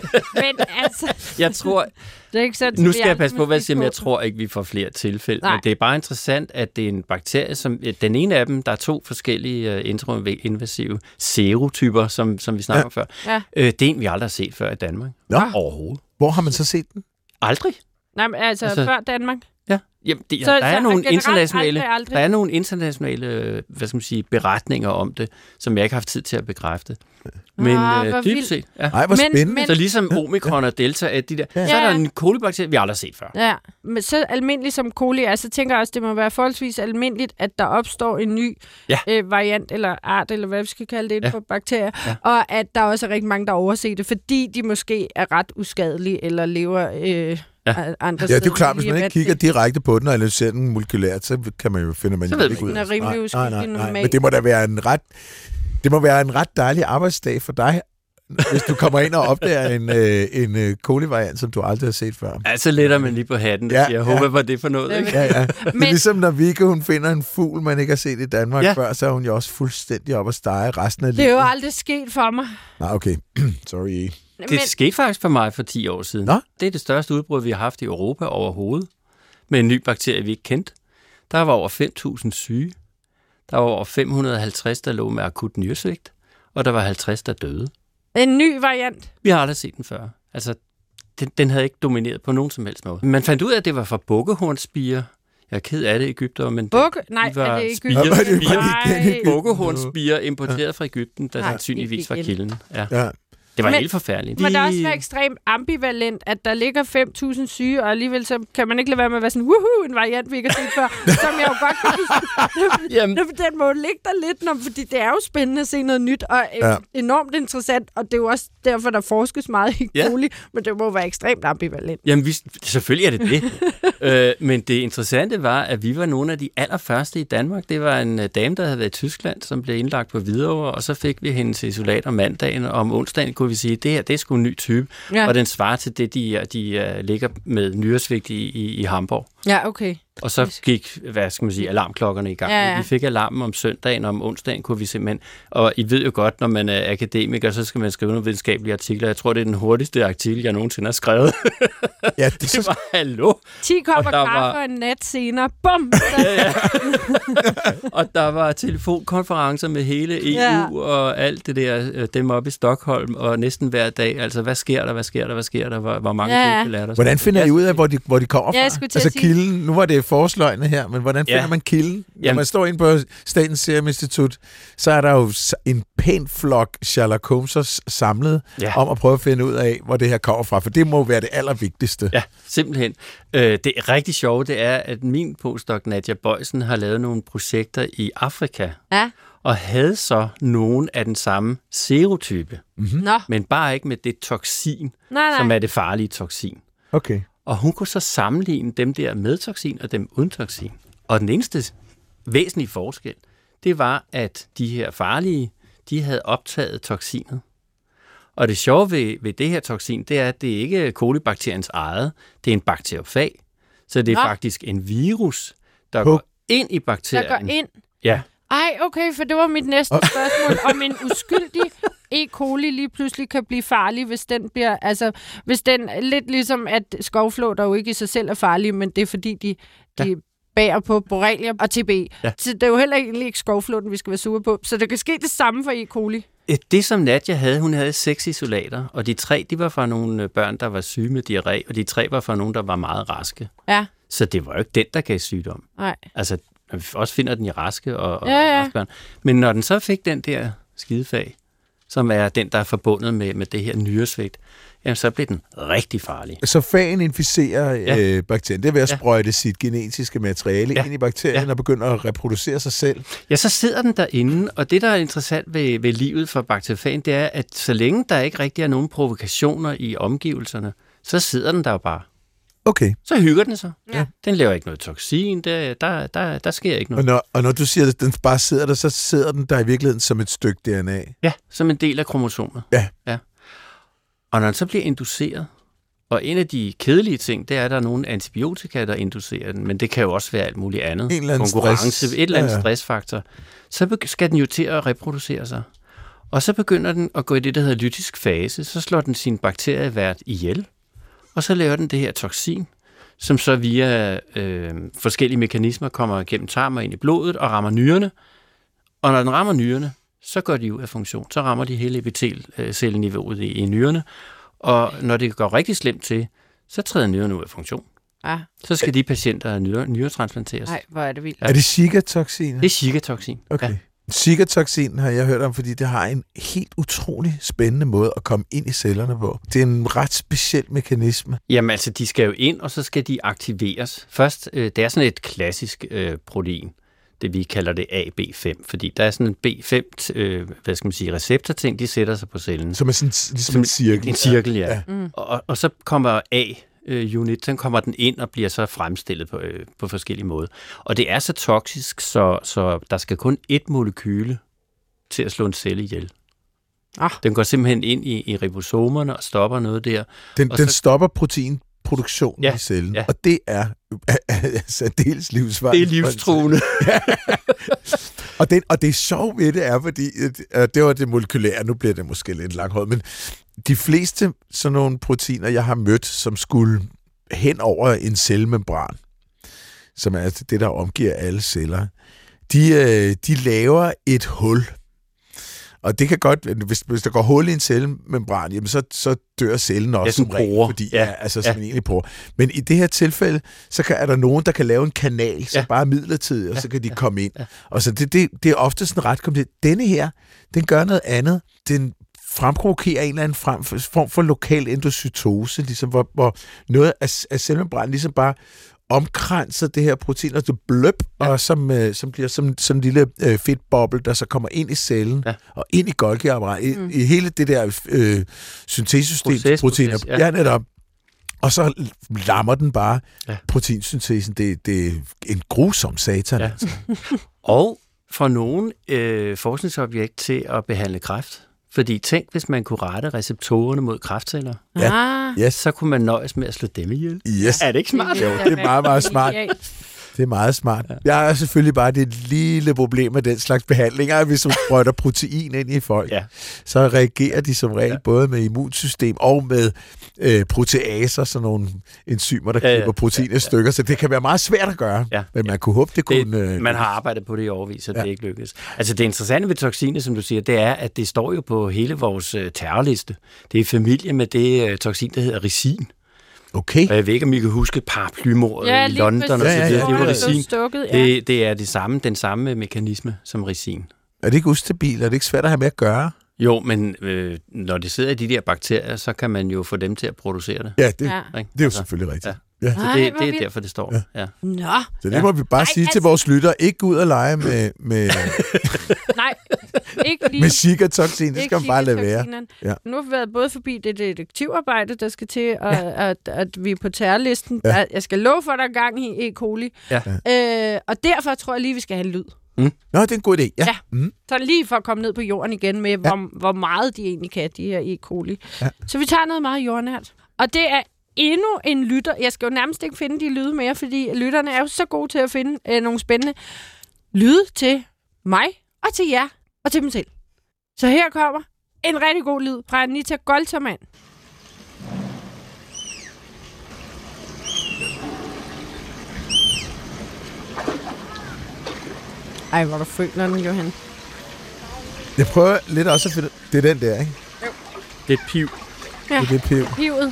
Men altså... Jeg tror... Det er ikke sådan, nu skal jeg passe på, hvad jeg siger, men jeg tror ikke, vi får flere tilfælde. Nej. Men det er bare interessant, at det er en bakterie, som... Den ene af dem, der er to forskellige uh, introinvasive serotyper, som, som vi snakker om ja. før. Ja. Uh, det er en, vi aldrig har set før i Danmark. Nå. Overhovedet. Hvor har man så set den? Aldrig. Nej, men altså, altså før Danmark. Ja, jamen, det, så, der, er så nogle internationale, aldrig, aldrig. der er nogle internationale hvad skal man sige, beretninger om det, som jeg ikke har haft tid til at bekræfte. Men ah, øh, dybt set. Ja. Ej, hvor spændende. Men, så ligesom omikron og delta, at de der, ja. så er der en kolibakterie, vi aldrig har set før. Ja, men så almindeligt som coli er, så tænker jeg også, det må være forholdsvis almindeligt, at der opstår en ny ja. øh, variant eller art, eller hvad vi skal kalde det, inden ja. for bakterier, ja. og at der også er rigtig mange, der overser det, fordi de måske er ret uskadelige, eller lever... Øh, Ja. Andre ja, det er jo klart, hvis man ikke kigger direkte på den og analyserer den molekylært, så kan man jo finde, man så ikke ud. Den er rimelig uskyldig normalt. Men det må da være en ret, det må være en ret dejlig arbejdsdag for dig, hvis du kommer ind og opdager en, øh, en øh, kolivariant, som du aldrig har set før. Ja, så letter man lige på hatten. Ja, jeg ja. håber på det for noget. Ikke? Ja, ja. Men ligesom når Viggo, hun finder en fugl, man ikke har set i Danmark ja. før, så er hun jo også fuldstændig op at stege resten af livet. Det er jo aldrig sket for mig. Nej, okay. Sorry. Det men... skete faktisk for mig for ti år siden. Nå? Det er det største udbrud, vi har haft i Europa overhovedet. Med en ny bakterie, vi ikke kendte. Der var over fem tusind syge. Der var over fem hundrede og halvtreds, der lå med akut nyresvigt. Og der var halvtreds, der døde. En ny variant? Vi har aldrig set den før. Altså, den, den havde ikke domineret på nogen som helst måde. Man fandt ud af, at det var fra bukkehornspirer. Jeg er ked af det, Egypter, men Bukke? Nej, de var er det Egypter? Bukkehornspirer importeret fra Egypten, der sandsynligvis var kilden. Ja. ja. Det var men, helt forfærdeligt. Men det er også være ekstremt ambivalent, at der ligger fem tusind syge, og alligevel så kan man ikke lade være med at være sådan, woohoo, en variant, vi ikke har set før, som jeg jo godt kan forstå. Den må ligge der lidt, når, fordi det er jo spændende at se noget nyt, og ja. enormt interessant, og det er jo også derfor, der forskes meget i coli, ja. men det må være ekstremt ambivalent. Jamen, vi, selvfølgelig er det det. øh, men det interessante var, at vi var nogle af de allerførste i Danmark. Det var en dame, der havde været i Tyskland, som blev indlagt på Hvidovre, og så fik vi hendes isolat om mandagen, og om onsdagen kunne vi sige, det her, det er sgu en ny type, ja. og den svarer til det, de, de uh, ligger med nyresvigt i, i, i Hamburg. Ja, okay. Og så gik, hvad skal man sige, alarmklokkerne i gang. Ja, ja. Vi fik alarmen om søndagen, og om onsdagen kunne vi simpelthen... Og I ved jo godt, når man er akademiker, så skal man skrive nogle videnskabelige artikler. Jeg tror, det er den hurtigste artikel, jeg nogensinde har skrevet. Ja, det, det var hallo. ti kopper kaffe var... en nat senere. Bum! ja, ja. Og der var telefonkonferencer med hele E U ja. og alt det der, dem op i Stockholm, og næsten hver dag. Altså, hvad sker der, hvad sker der, hvad sker der? Hvor, hvor mange ja. tilfælde er der? Hvordan finder I ud af, hvor de, hvor de kommer fra? Ja, altså, kilden, nu var det forsløgene her, men hvordan finder ja. man kilden? Når Jamen. man står inde på Statens Serum Institut, så er der jo en pæn flok Sherlock Holmes samlet ja. om at prøve at finde ud af, hvor det her kommer fra, for det må være det allervigtigste. Ja, simpelthen. Øh, det er rigtig sjovt, det er, at min postdoc Nadia Bøjsen har lavet nogle projekter i Afrika, ja. og havde så nogen af den samme serotype, mm-hmm. men bare ikke med det toksin, nej, nej. som er det farlige toksin. Okay. Og hun kunne så sammenligne dem der med toksin og dem uden toksin. Og den eneste væsentlige forskel, det var, at de her farlige, de havde optaget toksinet. Og det sjove ved, ved det her toksin, det er, at det ikke er kolibakteriens eget, det er en bakteriofag. Så det er Nå. faktisk en virus, der Hå. går ind i bakterien. Der går ind? Ja. Ej, okay, for det var mit næste oh. spørgsmål, om en uskyldig E. coli lige pludselig kan blive farlig, hvis den bliver, altså, hvis den, lidt ligesom at skovflåter jo ikke i sig selv er farlige, men det er fordi, de, ja. de bærer på borrelia og T B. Ja. Så det er jo heller ikke, ikke skovflåten, vi skal være sure på. Så det kan ske det samme for E. coli. Det, som Nadia havde, hun havde seks isolater, og de tre, de var fra nogle børn, der var syge med diarré, og de tre var fra nogen, der var meget raske. Ja. Så det var jo ikke den, der gav sygdom. Nej. Altså, vi også finder den i raske og, og ja, ja. raske børn. Men når den så fik den der skidefag, som er den, der er forbundet med, med det her nyresvigt, jamen så blev den rigtig farlig. Så fagen inficerer ja. øh, bakterien. Det er ved at sprøjte ja. sit genetiske materiale ja. ind i bakterien ja. og begynder at reproducere sig selv. Ja, så sidder den derinde, og det, der er interessant ved, ved livet for bakteriofagen, det er, at så længe der ikke rigtig er nogen provokationer i omgivelserne, så sidder den der jo bare. Okay. Så hygger den sig. Ja. Den laver ikke noget toksin, der, der, der, der sker ikke noget. Og når, og når du siger, at den bare sidder der, så sidder den der i virkeligheden som et stykke D N A? Ja, som en del af kromosomet. Ja. ja. Og når den så bliver induceret, og en af de kedelige ting, det er, at der er nogle antibiotika, der inducerer den, men det kan jo også være alt muligt andet. En eller anden konkurrence, stress. Et eller andet ja, ja. stressfaktor. Så skal den jo til at reproducere sig. Og så begynder den at gå i det, der hedder lytisk fase. Så slår den sin bakterievært ihjel, og så laver den det her toksin, som så via øh, forskellige mekanismer kommer gennem tarmen ind i blodet og rammer nyrerne. Og når den rammer nyrerne, så går de ud af funktion. Så rammer de hele epitelcelleniveauet i, i nyrerne. Og når det går rigtig slemt til, så træder nyrerne ud af funktion. Ah. Så skal de patienter nyre, nyretransplanteres. Nej, hvor er det vildt. Ja. Er det Zika-toksin? Det er Zika-toksin. Okay. Ja. Zika-toksin har jeg hørt om, fordi det har en helt utrolig spændende måde at komme ind i cellerne på. Det er en ret speciel mekanisme. Jamen altså, de skal jo ind, og så skal de aktiveres. Først, øh, det er sådan et klassisk øh, protein, det vi kalder det A B fem, fordi der er sådan en B fem, øh, hvad skal man sige, receptorting, de sætter sig på cellen. Som er sådan ligesom Som en cirkel. En cirkel, ja. ja. Mm. Og, og så kommer A unit, så kommer den ind og bliver så fremstillet på, øh, på forskellige måder. Og det er så toksisk, så, så der skal kun ét molekyle til at slå en celle ihjel. Ah. Den går simpelthen ind i, i ribosomerne og stopper noget der. Den, og den så, stopper proteinproduktionen ja, i cellen, ja. og det er særdeles livsfarligt. Det er livstruende. og, det, og det er sjovt ved det er, fordi øh, det var det molekylære, nu bliver det måske lidt langhåret, men de fleste sådan nogle proteiner, jeg har mødt, som skulle hen over en cellemembran, som er det, der omgiver alle celler, de, øh, de laver et hul. Og det kan godt, hvis, hvis der går hul i en cellemembran, jamen så, så dør cellen også som regel, fordi ja, altså som ja. en egentlig porre. Men i det her tilfælde, så kan, er der nogen, der kan lave en kanal, så ja. bare midlertidigt, og ja. så kan de komme ind. Ja. Og så det, det, det er ofte sådan ret komplet. Denne her, den gør noget andet. Den fremprovokerer en eller anden frem, form for lokal endocytose, ligesom hvor, hvor noget af, af cellemembranen ligesom bare omkranser det her protein, og det bløb, ja. og som, øh, som bliver som, som en lille øh, fedtboble, der så kommer ind i cellen, ja. og ind i Golgi-apparatet, mm. i, i hele det der øh, syntesesystem, proteiner. Ja. ja, netop. Og så lammer den bare ja. proteinsyntesen. Det, det er en grusom satan. Ja. Altså. Og for nogen øh, forskningsobjekt til at behandle kræft. Fordi tænk, hvis man kunne rette receptorerne mod kræftceller, ja. yes. så kunne man nøjes med at slå dem ihjel. Yes. Er det ikke smart? Jo, det er meget, meget smart. Det er meget smart. Jeg har selvfølgelig bare det lille problem med den slags behandlinger, hvis man sprøjter protein ind i folk. Ja. Så reagerer de som regel ja. både med immunsystem og med øh, proteaser, sådan nogle enzymer, der ja, ja. klipper protein i ja, ja. stykker. Så det kan være meget svært at gøre, ja. men man kunne håbe, det kunne... Det, man har arbejdet på det i overvis, så ja. det ikke lykkes. Altså det interessante ved toksiner, som du siger, det er, at det står jo på hele vores terrorliste. Det er i familie med det uh, toksin, der hedder ricin. Okay. Og jeg ved ikke, om I kan huske paraplymordet ja, i London. Ja, ja, ja. Det var ricin. Stukket, ja. Det, det er det samme, den samme mekanisme som ricin. Er det ikke ustabilt? Er det ikke svært at have med at gøre? Jo, men øh, når det sidder i de der bakterier, så kan man jo få dem til at producere det. Ja, det, Ja. det er jo selvfølgelig rigtigt. Ja. Ja. Så Ej, det, hvor det er vildt. derfor, det står. Ja. Ja. Nå, Så det må vi bare Ej, sige til altså- vores lyttere. Ikke gå ud og lege med, med, nej, ikke lige. med Zika-toksin. Det Ikke skal man bare lade være. Zika-toksinerne. Ja. Nu har vi været både forbi det detektivarbejde, der skal til, og ja. at, at vi er på terrorlisten. Ja. Ja. Jeg skal love for, at der er gang i E. coli. Ja. Øh, og derfor tror jeg lige, vi skal have en lyd. Nå, det er en god idé. Ja. Ja. Mm. Så lige for at komme ned på jorden igen med, ja. hvor, hvor meget de egentlig kan, de her E. coli. Ja. Så vi tager noget meget jordnært. Og det er endnu en lytter. Jeg skal jo nærmest ikke finde de lyde mere, fordi lytterne er jo så gode til at finde øh, nogle spændende lyde til mig, og til jer, og til dem selv. Så her kommer en rigtig god lyd fra Anita Goltermann. Ej, hvor du føler den, Johan. Jeg prøver lidt også at finde... Det er den der, ikke? Det er et piv. Ja, Det er det piv. pivet.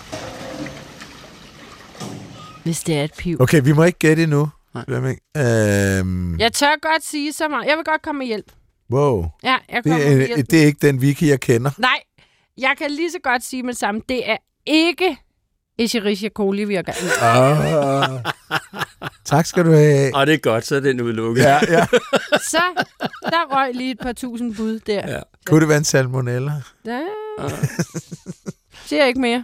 Hvis det er et piv. Okay, vi må ikke gætte endnu. Nej. Flemming. Øhm, Jeg tør godt sige så meget. Jeg vil godt komme med hjælp. wow. Ja, jeg Det kommer med er, hjælp. det er ikke den Vicky, jeg kender. Nej, jeg kan lige så godt sige med det samme. Det er ikke Escherichia coli, vi har gang i. Ah. Tak skal du have. Og det er godt, så er den udelukket. Ja, ja. Så der røg lige et par tusind bud der. Ja. Kunne det være en salmonella? Ja. Siger jeg ikke mere.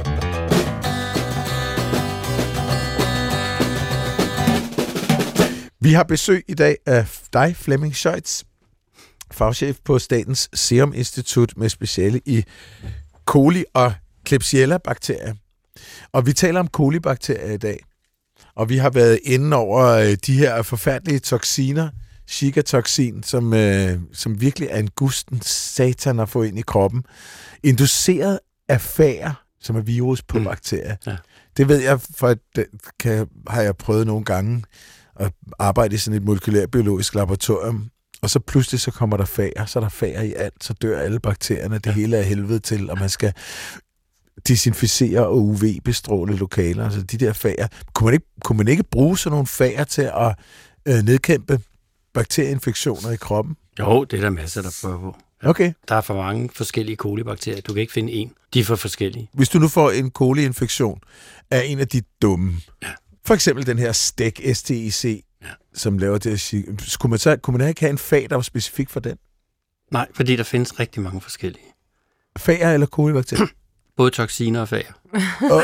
Vi har besøg i dag af dig, Flemming Scheutz, fagchef på Statens Serum Institut med speciale i coli og Klebsiella-bakterier. Og vi taler om kolibakterier i dag. Og vi har været inde over øh, de her forfærdelige toksiner, Zika-toksin, som, øh, som virkelig er en gusten satan at få ind i kroppen. Induceret af fager, som er virus på mm. bakterier. Ja. Det ved jeg, for det kan, har jeg prøvet nogle gange at arbejde i sådan et molekylærbiologisk laboratorium, og så pludselig så kommer der fager, så er der fager i alt, så dør alle bakterierne, det ja. hele er helvede til, og man skal desinficere og U V-bestråle lokaler, altså de der fager. Kunne man ikke, kunne man ikke bruge sådan nogle fager til at øh, nedkæmpe bakterieinfektioner i kroppen? Jo, det er der masser, der prøver på. Okay. Der er for mange forskellige kolibakterier. Du kan ikke finde en. De er for forskellige. Hvis du nu får en koliinfektion af en af de dumme, ja. for eksempel den her stek, S T I C, ja. som laver det, kunne man, så, kunne man ikke have en fag, der var specifik for den? Nej, fordi der findes rigtig mange forskellige. Fager eller kolibakterier? Både toksiner og fager. Oh.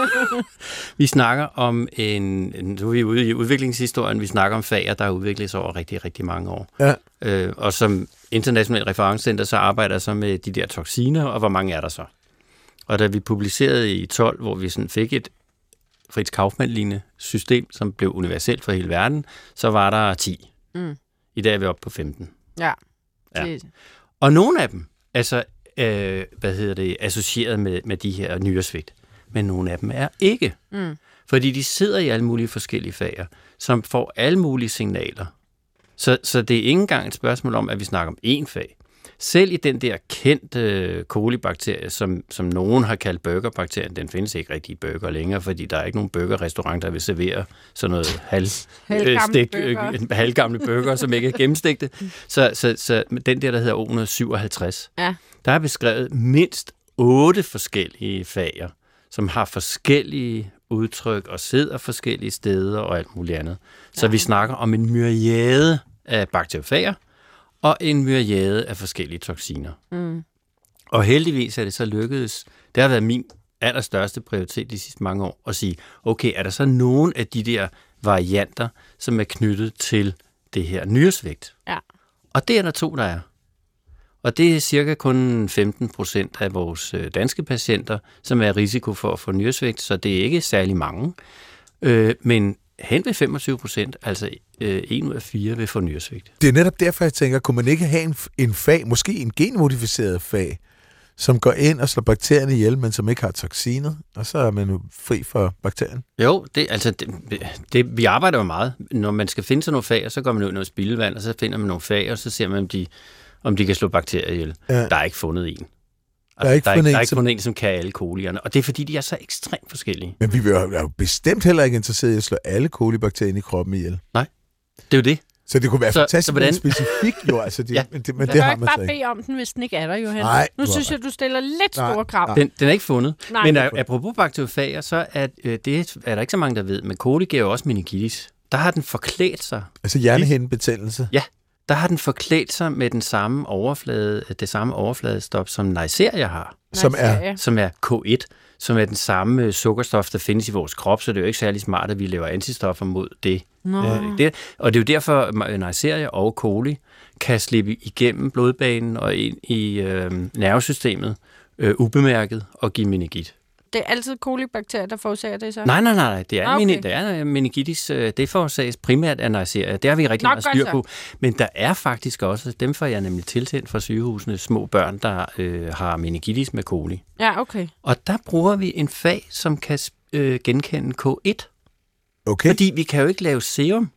Vi snakker om en, nu er vi ude i udviklingshistorien, vi snakker om fager, der har udviklet sig over rigtig, rigtig mange år. Ja. Øh, og som internationalt referencecenter, så arbejder jeg så med de der toksiner, og hvor mange er der så? Og da vi publicerede i tolv, hvor vi sådan fik et Fritz Kaufmann-lignende system, som blev universelt for hele verden, så var der ti. Mm. I dag er vi oppe på femten. Ja. ja. Og nogle af dem, altså Øh, hvad hedder det, associeret med, med de her nyresvigt. Men nogle af dem er ikke. Mm. Fordi de sidder i alle mulige forskellige fager, som får alle mulige signaler. Så, så det er ikke engang et spørgsmål om, at vi snakker om én fag. Selv i den der kendte kolibakterie, som, som nogen har kaldt burgerbakterien, den findes ikke rigtig i burger længere, fordi der er ikke nogen burgerrestaurant, der vil servere sådan noget halv, stik, en halvgamle burger, som ikke er gennemstegte. Så, så, så den der, der hedder O et hundrede syvoghalvtreds, ja. Der er beskrevet mindst otte forskellige fager, som har forskellige udtryk og sidder forskellige steder og alt muligt andet. Så ja. Vi snakker om en myriade af bakteriofager, og en myriade af forskellige toksiner. Mm. Og heldigvis er det så lykkedes, det har været min allerstørste prioritet de sidste mange år, at sige, okay, er der så nogen af de der varianter, som er knyttet til det her nyresvigt? Ja. Og det er der to, der er. Og det er cirka kun femten procent af vores danske patienter, som er i risiko for at få nyresvigt, så det er ikke særlig mange. Øh, men hen ved femogtyve procent, altså øh, en ud af fire, vil få nyresvigt. Det er netop derfor, jeg tænker, kunne man ikke have en, en fag, måske en genmodificeret fag, som går ind og slår bakterierne ihjel, men som ikke har toksinet, og så er man jo fri for bakterien? Jo, det, altså, det, det, vi arbejder jo meget. Når man skal finde sådan nogle fager, så går man ud i noget spildevand, og så finder man nogle fager, og så ser man, om de, om de kan slå bakterier ihjel. Ja. Der er ikke fundet en. Der er ikke der er, fundet, der er en, ikke som... fundet en, som kan alle kolierne. Og det er, fordi de er så ekstremt forskellige. Men vi er jo bestemt heller ikke interesseret i at slå alle kolibakterier ind i kroppen ihjel. Nej, det er jo det. Så det kunne være så, fantastisk, så hvordan... specifik jo. Altså det, ja. men det, men jeg det kan har ikke man bare bede om den, hvis den ikke er der, Johan. Nej, nu synes jeg, du stiller lidt nej, store krav. Den, den er ikke fundet. Nej. Men apropos bakteriofager, så er, øh, det er der ikke så mange, der ved. Men coli giver jo også meningitis. Der har den forklædt sig. Altså hjernehindebetændelse? Ja, der har den forklædt sig med den samme overflade, det samme overfladestop, som Neisseria har. Som er? Som er K et, som er den samme sukkerstof, der findes i vores krop, så det er jo ikke særlig smart, at vi laver antistoffer mod det. Nå. det og det er jo derfor, at Neisseria og coli kan slippe igennem blodbanen og ind i øh, nervesystemet øh, ubemærket og give meningit. Det er altid kolibakterier, der forårsager det så? Nej, nej, nej. Det er, okay. meni, det er meningitis. Det forårsages primært af Neisseria. Det har vi rigtig Nok meget styr på. Men der er faktisk også, dem får jeg nemlig tilsendt fra sygehusene, små børn, der øh, har meningitis med coli. Ja, okay. Og der bruger vi en fag, som kan øh, genkende K et. Okay. Fordi vi kan jo ikke lave serum,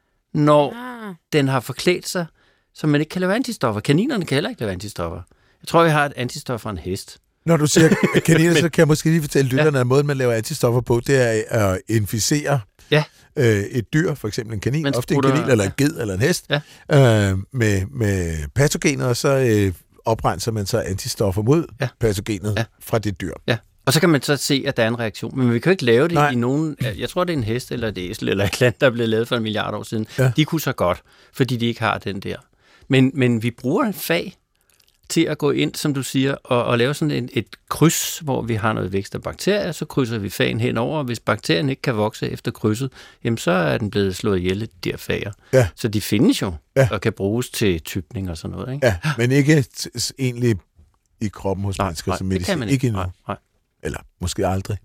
når ah. den har forklædt sig, så man ikke kan lave antistoffer. Kaninerne kan heller ikke lave antistoffer. Jeg tror, vi har et antistof fra en hest. Når du siger kaniner, så kan jeg måske lige fortælle lytterne, ja. at måden, man laver antistoffer på, det er at inficere ja. øh, et dyr, for eksempel en kanin, ofte en kanin, eller en ged, eller en hest, ja. øh, med, med patogener, og så øh, oprenser man så antistoffer mod ja. patogenet ja. fra det dyr. Ja. Og så kan man så se, at der er en reaktion. Men vi kan jo ikke lave det Nej. i nogen... Jeg tror, det er en hest eller et æsel eller et land, der er blevet lavet for en milliard år siden. Ja. De kunne så godt, fordi de ikke har den der. Men, men vi bruger en fag til at gå ind, som du siger, og, og lave sådan en, et kryds, hvor vi har noget vækst af bakterier, så krydser vi fagen henover, og hvis bakterien ikke kan vokse efter krydset, jamen så er den blevet slået ihjel af de her fager. Ja. Så de findes jo, ja. og kan bruges til typning og sådan noget. Ikke? Ja, men ikke t- egentlig i kroppen hos nej, mennesker nej, som medicin. Ikke, ikke endnu. Nej, nej. Eller måske aldrig.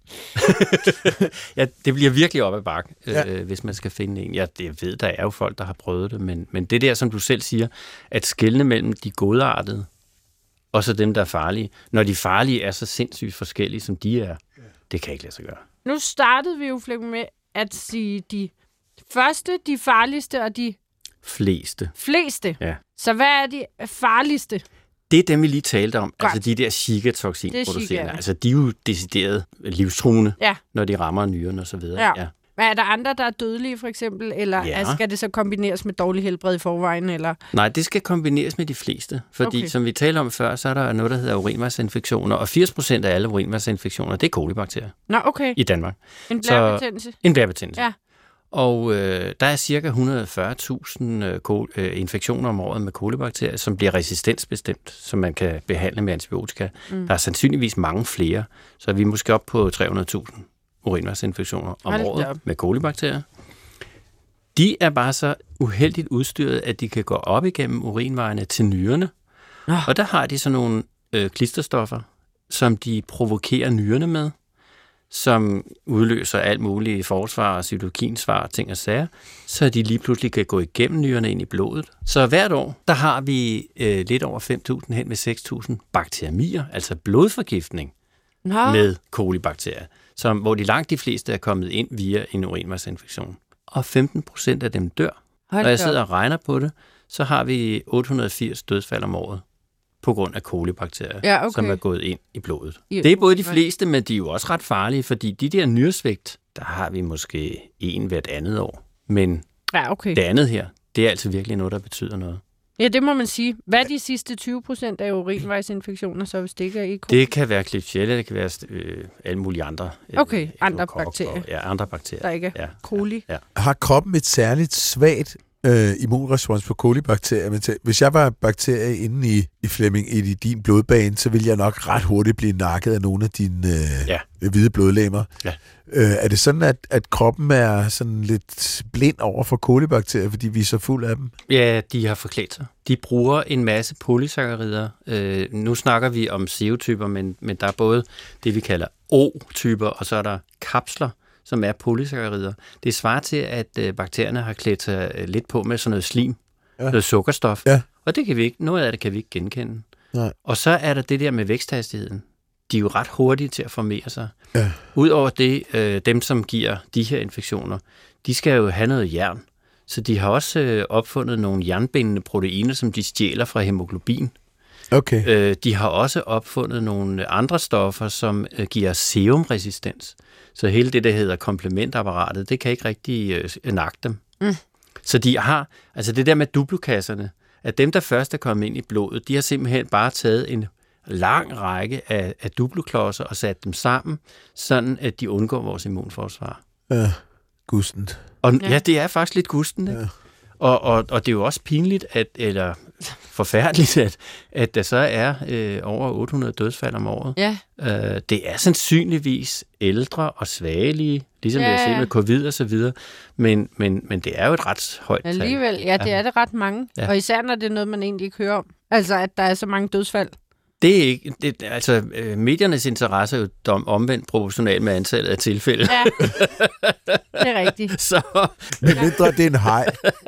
Ja, det bliver virkelig op ad bakke, ja. øh, hvis man skal finde en. Ja, det ved, der er jo folk, der har prøvet det, men, men det der, som du selv siger, at skelne mellem de godartede og så dem, der er farlige. Når de farlige er så sindssygt forskellige, som de er, det kan ikke lade sig gøre. Nu startede vi jo med at sige de første, de farligste og de fleste. Fleste? Ja. Så hvad er de farligste? Det er dem, vi lige talte om. Godt. Altså de der Zika-toksin-producerende. Altså de er jo decideret livstruende, ja. når de rammer nyrerne og så videre. Ja. Ja. Men er der andre, der er dødelige, for eksempel? Eller ja. altså, skal det så kombineres med dårlig helbred i forvejen? Eller? Nej, det skal kombineres med de fleste. Fordi, okay. som vi talte om før, så er der noget, der hedder urinvejsinfektioner. Og firs procent af alle urinvejsinfektioner, det er kolibakterier. Nå, okay. I Danmark. En blærebetændelse? En blærebetændelse. Ja. Og øh, der er cirka et hundrede og fyrre tusind øh, øh, infektioner om året med kolibakterier, som bliver resistensbestemt, som man kan behandle med antibiotika. Mm. Der er sandsynligvis mange flere, så er vi måske op på tre hundrede tusind urinvejsinfektioner om Hold året op. med kolibakterier. De er bare så uheldigt udstyret, at de kan gå op igennem urinvejene til nyrerne. Oh. Og der har de sådan nogle øh, klisterstoffer, som de provokerer nyrerne med, som udløser alt muligt forsvar og cytokinsvar, ting og sager, så de lige pludselig kan gå igennem nyrerne ind i blodet. Så hvert år, der har vi øh, lidt over fem tusind hen med seks tusind bakteriemier, altså blodforgiftning Nå. med kolibakterier, som, hvor de langt de fleste er kommet ind via en urinvejsinfektion. Og femten procent af dem dør. Hold Når jeg sidder og regner på det, så har vi otte hundrede og firs dødsfald om året på grund af kolibakterier, ja, okay. som er gået ind i blodet. Jo, det er både de fleste, men de er jo også ret farlige, fordi de der nyresvigt, der har vi måske en hvert andet år. Men ja, okay. det andet her, det er altså virkelig noget, der betyder noget. Ja, det må man sige. Hvad er de sidste tyve procent af urinvejsinfektioner, så hvis det ikke er E. coli? Det kan være Klebsiella, det kan være øh, alle mulige andre. Okay, øh, andre bakterier. Ja, andre bakterier. Der ikke er ja. coli. Ja. Har kroppen et særligt svagt øh, immunrespons på kolibakterier? Men til, hvis jeg var bakterie inde i, i Flemming, i din blodbane, så ville jeg nok ret hurtigt blive nakket af nogle af dine øh, ja. hvide blodlegemer. Ja. Øh, er det sådan, at, at kroppen er sådan lidt blind over for kolibakterier, fordi vi er så fuld af dem? Ja, de har forklædt sig. De bruger en masse polysakkarider. Øh, nu snakker vi om serotyper, men, men der er både det, vi kalder O-typer, og så er der kapsler, som er polysakkarider. Det svarer til, at øh, bakterierne har klædt sig øh, lidt på med sådan noget slim, ja. noget sukkerstof. Ja. Og det kan vi ikke, noget af det kan vi ikke genkende. Nej. Og så er der det der med væksthastigheden. De er jo ret hurtige til at formere sig. Ja. Udover det, øh, dem som giver de her infektioner, de skal jo have noget jern. Så de har også øh, opfundet nogle jernbindende proteiner, som de stjæler fra hemoglobin. Okay. Øh, de har også opfundet nogle andre stoffer, som øh, giver serumresistens. Så hele det, der hedder komplementapparatet, det kan ikke rigtig øh, nakke dem. Mm. Så de har, altså det der med duplokasserne, at dem, der først er kommet ind i blodet, de har simpelthen bare taget en lang række af, af duploklodser og sat dem sammen, sådan at de undgår vores immunforsvar. Ja, gustent. Og ja, ja det er faktisk lidt gustent, ikke? Ja. Og, og, og det er jo også pinligt, at, eller forfærdeligt, at, at der så er øh, over otte hundrede dødsfald om året. Ja. Øh, det er sandsynligvis ældre og svagelige, ligesom ja. vi har set med covid og så videre, men, men, men det er jo et ret højt tal. Alligevel, ja, det er det ret mange. Ja. Og især når det er noget, man egentlig ikke hører om. Altså, at der er så mange dødsfald. Det er ikke, det, altså øh, mediernes interesse er jo omvendt proportionalt med antallet af tilfælde. Ja, det er rigtigt. Så, men mindre det er en hej.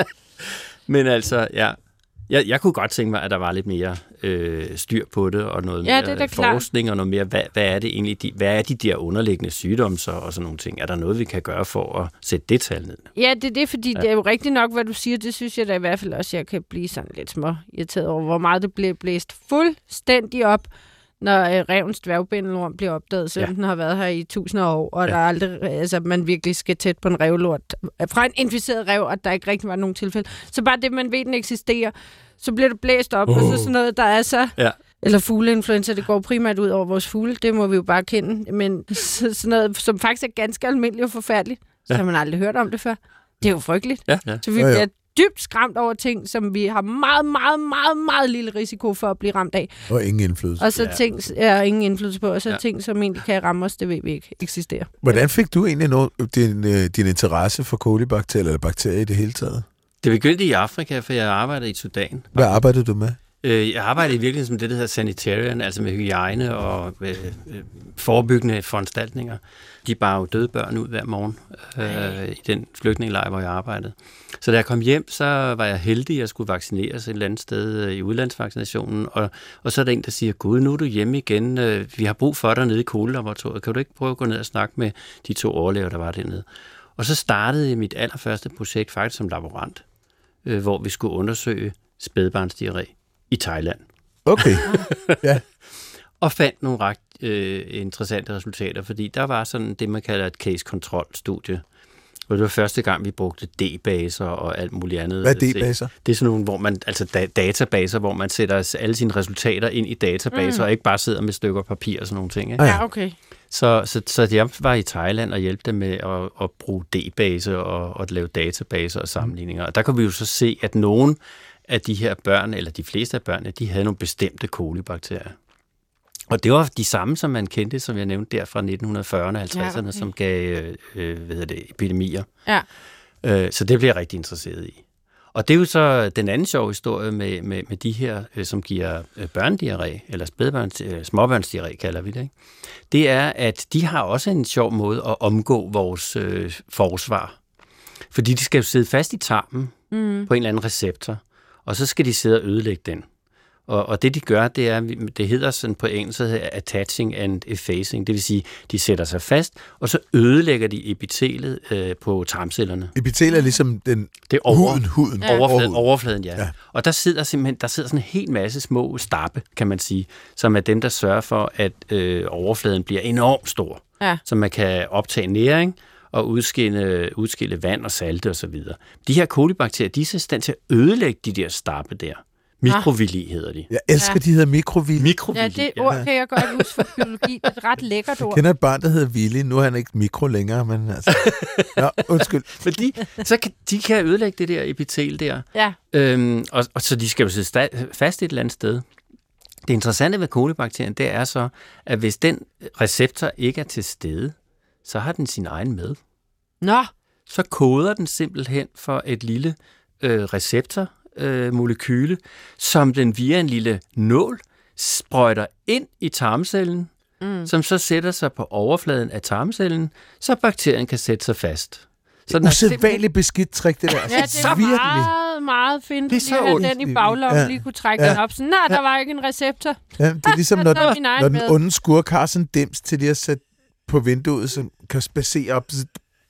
Men altså, ja, jeg, jeg kunne godt tænke mig, at der var lidt mere øh, styr på det, og noget ja, mere det forskning, og noget mere, hvad, hvad er det egentlig, de, hvad er de der underliggende sygdomme så, og sådan nogle ting? Er der noget, vi kan gøre for at sætte det tal ned? Ja, det er det, fordi ja. det er jo rigtigt nok, hvad du siger. Det synes jeg da i hvert fald også, jeg kan blive sådan lidt små irriteret over, hvor meget det bliver blæst fuldstændig op, når øh, revens dværgbændelorm bliver opdaget, selvom ja. den har været her i tusinder af år, og ja. der er aldrig, altså, man virkelig skal tæt på en revlort fra en inficeret rev, og der ikke rigtig var nogen tilfælde. Så bare det, man ved, den eksisterer, så bliver det blæst op, uh. og så sådan noget, der er så... Ja. Eller fugleinfluenza, det går primært ud over vores fugle, det må vi jo bare kende, men sådan noget, som faktisk er ganske almindeligt og forfærdeligt, så ja. har man aldrig hørt om det før. Det er jo frygteligt. Ja. Ja. Så vi bliver ja, ja. dybt skræmt over ting, som vi har meget, meget, meget, meget lille risiko for at blive ramt af. Og ingen indflydelse. Og så ja. ting, ja, ingen indflydelse på, og så ja. ting, som egentlig kan ramme os, det ved vi ikke eksisterer. Hvordan fik du egentlig noget, din, din interesse for kolibakterier eller bakterier i det hele taget? Det begyndte i Afrika, for jeg arbejdede i Sudan. Hvad arbejdede du med? Jeg arbejdede i virkeligheden som det, der hedder sanitarian, altså med hygiejne og øh, forebyggende foranstaltninger. De bar jo døde børn ud hver morgen øh, i den flygtningelejr, hvor jeg arbejdede. Så da jeg kom hjem, så var jeg heldig, at jeg skulle vaccineres et eller andet sted i udlandsvaccinationen. Og, og så er der en, der siger, gud, nu er du hjemme igen. Vi har brug for dig nede i kolelaboratoriet. Kan du ikke prøve at gå ned og snakke med de to overlæger, der var dernede? Og så startede jeg mit allerførste projekt faktisk som laborant, øh, hvor vi skulle undersøge spædbarnsdiarré i Thailand. Okay, ja. Og fandt nogle ret øh, interessante resultater, fordi der var sådan det, man kalder et case-control-studie. Og det var første gang, vi brugte D-baser og alt muligt andet. Hvad er D-baser? Det er sådan nogle, hvor man, altså da- databaser, hvor man sætter alle sine resultater ind i databaser, mm. og ikke bare sidder med stykker papir og sådan nogle ting. Ikke? Ja, okay. Så, så, så jeg var i Thailand og hjalp dem med at, at bruge D-base og, og at lave databaser og sammenligninger. Og der kunne vi jo så se, at nogle af de her børn, eller de fleste af børnene, de havde nogle bestemte kolibakterier. Og det var de samme, som man kendte, som jeg nævnte der fra nitten fyrrerne og halvtredserne, ja, okay. som gav øh, hvad hedder det, epidemier. Ja. Øh, så det blev jeg rigtig interesseret i. Og det er jo så den anden sjove historie med, med, med de her, øh, som giver øh, børnediarré, eller spædbørns, øh, småbørnsdiarré kalder vi det, ikke? Det er, at de har også en sjov måde at omgå vores øh, forsvar. Fordi de skal jo sidde fast i tarmen mm. på en eller anden receptor, og så skal de sidde og ødelægge den. Og, og det de gør, det er, det hedder sådan på engelsk, så hedder attaching and effacing. Det vil sige, de sætter sig fast, og så ødelægger de epitelet øh, på tarmcellerne. Epitelet er ligesom den det er over, huden, huden. Ja. Overfladen, overfladen, ja. ja. Og der sidder simpelthen, der sidder sådan en hel masse små stappe, kan man sige, som er dem, der sørger for, at øh, overfladen bliver enormt stor. Ja. Så man kan optage næring, og udskille, udskille vand og salte og så videre. De her kolibakterier, de er i stand til at ødelægge de der stappe der. Mikrovilli hedder de. Jeg elsker, ja. de hedder mikrovilli. Mikrovilli. Ja, det ord kan jeg godt huske fra biologi. Det er et ret lækkert ord. Jeg kender et barn, der hedder Willy. Nu er han ikke mikro længere, men altså... Nå, undskyld. Fordi så kan, de kan ødelægge det der epitel der. Ja. Øhm, og, og så de skal jo sidde fast et eller andet sted. Det interessante ved kolibakterien, det er så, at hvis den receptor ikke er til stede, så har den sin egen med. Nå. Så koder den simpelthen for et lille øh, receptor, Øh, molekyle, som den via en lille nål sprøjter ind i tarmcellen, mm. som så sætter sig på overfladen af tarmcellen, så bakterien kan sætte sig fast. Så det er usædvanligt beskidt trick, det der. Ja, det er meget, meget fint. Det er så ondt. Den i baglommen ja. lige kunne trække ja. den op. Så nej, der var ikke en receptor. Ja, det er ligesom, når, den, når den onde skurk har sådan en dims til lige at sætte på vinduet, som kan spacere op.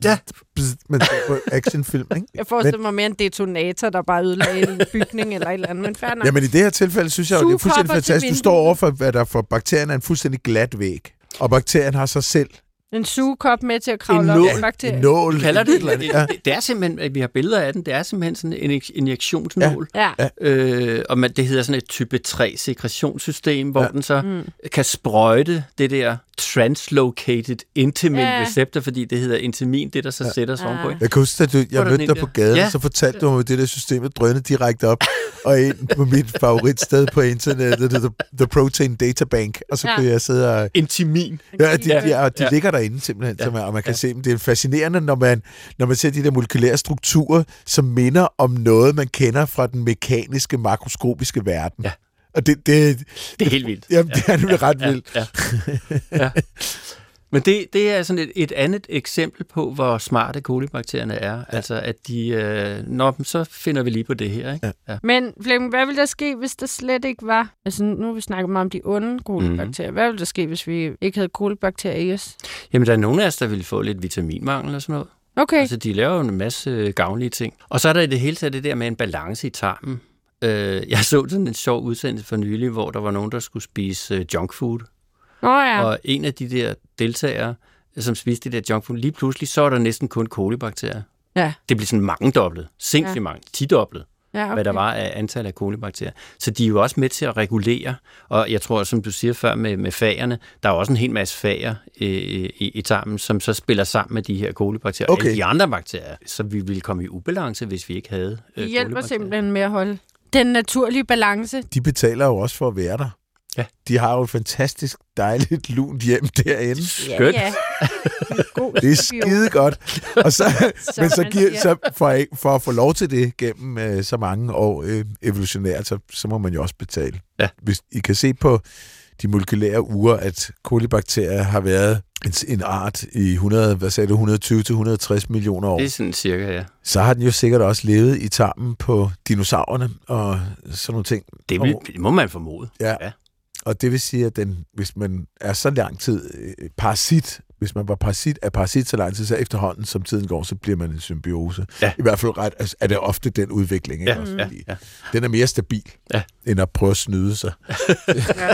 Ja, men på actionfilm, ikke? Jeg forestiller mig mere en detonator, der bare ødelagde en bygning eller et eller andet, men fair nok. Ja, men i det her tilfælde synes jeg, det er fuldstændig fantastisk. Du står overfor, hvad der for bakterien er en fuldstændig glat væg, og bakterien har sig selv en sugekop med til at kravle op i bakterien. En nål. Kalder det, det, ja. det, det er simpelthen, at vi har billeder af den, det er simpelthen sådan en injektionsnål. Ja. Ja. Øh, og man, det hedder sådan et type tre sekretionssystem, hvor ja. den så mm. kan sprøjte det der translocated intimin ja. receptor, fordi det hedder intimin, det der så ja. sætter sig ovenpå. Jeg kan huske, at du, jeg mødte dig på gaden, ja. så fortalte du mig, at det der system drønede direkte op, og ind på mit favoritsted på internettet, The, the Protein Data Bank, og så ja. kunne jeg sidde og... Intimin. Ja, de, de, de, de ja. ligger derinde simpelthen, ja. man, og man kan ja. se dem. Det er fascinerende, når man, når man ser de der molekylære strukturer, som minder om noget, man kender fra den mekaniske, makroskopiske verden. Ja. Og det, det, det er helt vildt. Jamen, det er nemlig ret ja. vildt. Ja. Ja. Men det, det er sådan et, et andet eksempel på, hvor smarte kolibakterierne er. Ja. Altså, at de... Øh, nå, så finder vi lige på det her, ikke? Ja. Ja. Men, Flemming, hvad ville der ske, hvis der slet ikke var... Altså, nu har vi snakket meget om de onde kolibakterier. Mm. Hvad ville der ske, hvis vi ikke havde kolibakterier i os? Jamen, der er nogle af os, der ville få lidt vitaminmangel og sådan noget. Okay. Altså, de laver jo en masse gavnlige ting. Og så er der i det hele taget det der med en balance i tarmen. Øh, jeg så sådan en sjov udsendelse for nylig, hvor der var nogen, der skulle spise øh, junkfood. Oh, ja. Og en af de der deltagere, som spiste det der junkfood, lige pludselig, så er der næsten kun kolibakterier. Ja. Det blev sådan mangedoblet, sindssygt ja. mange, tidoblet, ja, okay. hvad der var af antal af kolibakterier. Så de er jo også med til at regulere, og jeg tror, som du siger før med, med fagerne, der er også en hel masse fager øh, i, i tarmen, som så spiller sammen med de her kolibakterier okay. og de andre bakterier, så vi ville komme i ubalance, hvis vi ikke havde øh, de hjælper simpelthen med at holde den naturlige balance. De betaler jo også for at være der. Ja. De har jo et fantastisk dejligt lunt hjem derinde. Skønt. Ja, ja. Det er skide godt. Og så, men så, giver, så for, for at få lov til det gennem øh, så mange år øh, evolutionært, så, så må man jo også betale. Ja. Hvis I kan se på de molekylære uger, at kolibakterier har været en, en art i hundrede, hvad sagde du, et hundrede og tyve til et hundrede og tres millioner år. Det er sådan cirka, ja. Så har den jo sikkert også levet i tarmen på dinosaurerne og sådan nogle ting. Det, vil, det må man formode. Ja. ja. Og det vil sige, at den, hvis man er så lang tid øh, parasit, hvis man var parasit, er parasit så lang tid, så efterhånden, som tiden går, så bliver man en symbiose. Ja. I hvert fald ret, altså, er det ofte den udvikling. Ikke? Ja. Også, ja. Ja. Den er mere stabil, ja. end at prøve at snyde sig. Ja.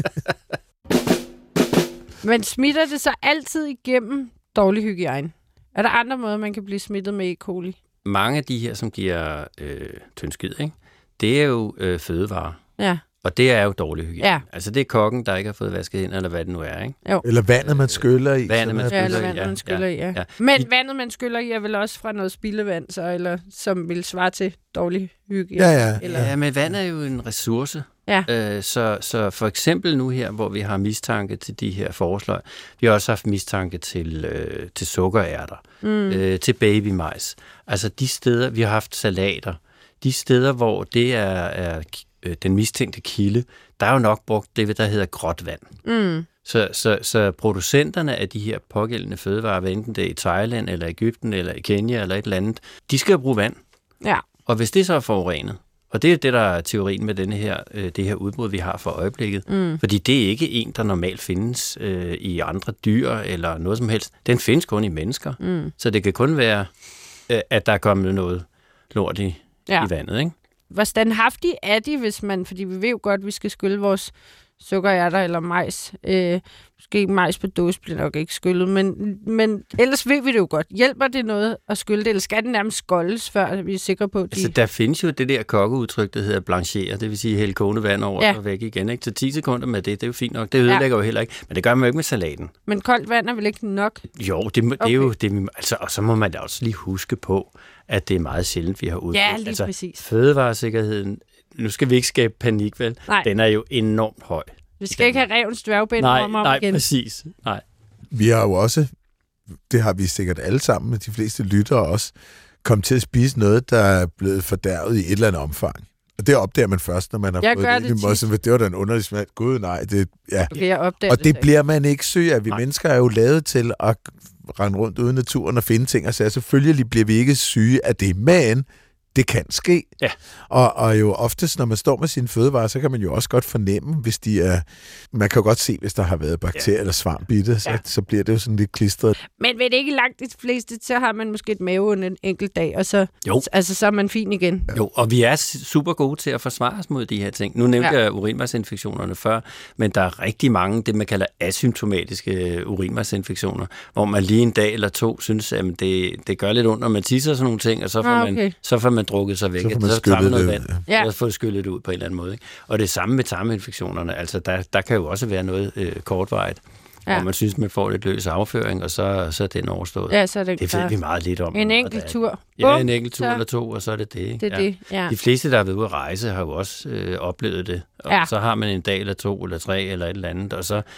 Men smitter det så altid igennem dårlig hygiejne? Er der andre måder, man kan blive smittet med E. coli? Mange af de her, som giver øh, tyndskid, ikke? Det er jo øh, fødevarer. Ja. Og det er jo dårlig hygiejne. Ja. Altså det er kokken, der ikke har fået vasket ind, eller hvad det nu er, ikke? Jo. Eller vandet, man skyller i. Vandet, man skyller, ja, eller i, vandet, ja. man skyller ja. i, ja. ja. Men I... vandet, man skyller i, er vel også fra noget spildevand, så, eller som vil svare til dårlig hygiejne? Ja, ja. Eller... ja, men vand er jo en ressource. Ja. Øh, så, så for eksempel nu her, hvor vi har mistanke til de her forårsløg, vi har også haft mistanke til, øh, til sukkerærter, mm. øh, til babymajs. Altså de steder, vi har haft salater, de steder, hvor det er, er øh, den mistænkte kilde, der er jo nok brugt det, der hedder gråt vand. Mm. Så, så, så producenterne af de her pågældende fødevarer, enten det er i Thailand, eller Egypten, eller i Kenya, eller et eller andet, de skal bruge vand. Ja. Og hvis det så er forurenet, og det er det, der er teorien med denne her, øh, det her udbrud, vi har for øjeblikket. Mm. Fordi det er ikke en, der normalt findes øh, i andre dyr eller noget som helst. Den findes kun i mennesker. Mm. Så det kan kun være, øh, at der er kommet noget lort i, ja. i vandet, ikke? Hvor standhaftig er de, hvis man... Fordi vi ved jo godt, at vi skal skylle vores sukkerærter eller majs. Øh, måske ikke majs på dåse bliver nok ikke skyllet, men, men ellers ved vi det jo godt. Hjælper det noget at skylle det, eller skal det nærmest skoldes, før vi er sikre på, at de... Altså, der findes jo det der kokkeudtryk, der hedder blanchere, det vil sige hælde kogende vand over ja. og væk igen. Ikke? Så ti sekunder med det, det er jo fint nok. Det ødelægger ja. jo heller ikke, men det gør man jo ikke med salaten. Men koldt vand er vel ikke nok? Jo, det, det okay. er jo... Det, altså, og så må man da også lige huske på, at det er meget sjældent, vi har udbrudt. Ja, lige altså, præcis. Fødevaresikkerheden, nu skal vi ikke skabe panik, vel? Nej. Den er jo enormt høj. Vi skal ikke have revens dværgbind om og nej, igen. Nej, præcis. Nej. Vi har jo også, det har vi sikkert alle sammen, de fleste lyttere også, kommet til at spise noget, der er blevet fordærvet i et eller andet omfang. Og det opdager man først, når man har jeg fået det. det, det, det var da en underlig smag. Gud, nej. Det, ja. Okay, jeg opdager og det, det bliver man ikke syg af. Vi nej. mennesker er jo lavet til at rende rundt ude i naturen og finde ting og sager. Selvfølgelig bliver vi ikke syge af det, men det kan ske. Ja. Og, og jo oftest, når man står med sine fødevarer, så kan man jo også godt fornemme, hvis de er... Man kan jo godt se, hvis der har været bakterier ja. eller svamp i det, så, ja. så bliver det jo sådan lidt klistret. Men ved det ikke langt de fleste, så har man måske et mave en enkelt dag, og så, altså, så er man fin igen. Jo, og vi er super gode til at forsvare os mod de her ting. Nu nævnte ja. jeg urinvejsinfektionerne før, men der er rigtig mange, det man kalder asymptomatiske urinvejsinfektioner, hvor man lige en dag eller to synes, at det, det gør lidt ondt, når man tisser sådan nogle ting, og så får, ah, okay. man, så får man drukket sig væk. Så får man så skyllet noget det vand, ja. og så får det skyllet ud på en eller anden måde. Ikke? Og det samme med tarminfektionerne, altså der, der kan jo også være noget øh, kortvarigt, ja. hvor man synes, man får lidt løs afføring, og så, så er den overstået. Ja, så er det, det ved vi meget lidt om. En enkelt tur. Ja, en enkelt tur så. eller to, og så er det det. Ikke? Det er ja. det, ja. De fleste, der har været ude at rejse, har jo også øh, oplevet det. Og ja. så har man en dag eller to eller tre eller et eller andet, og så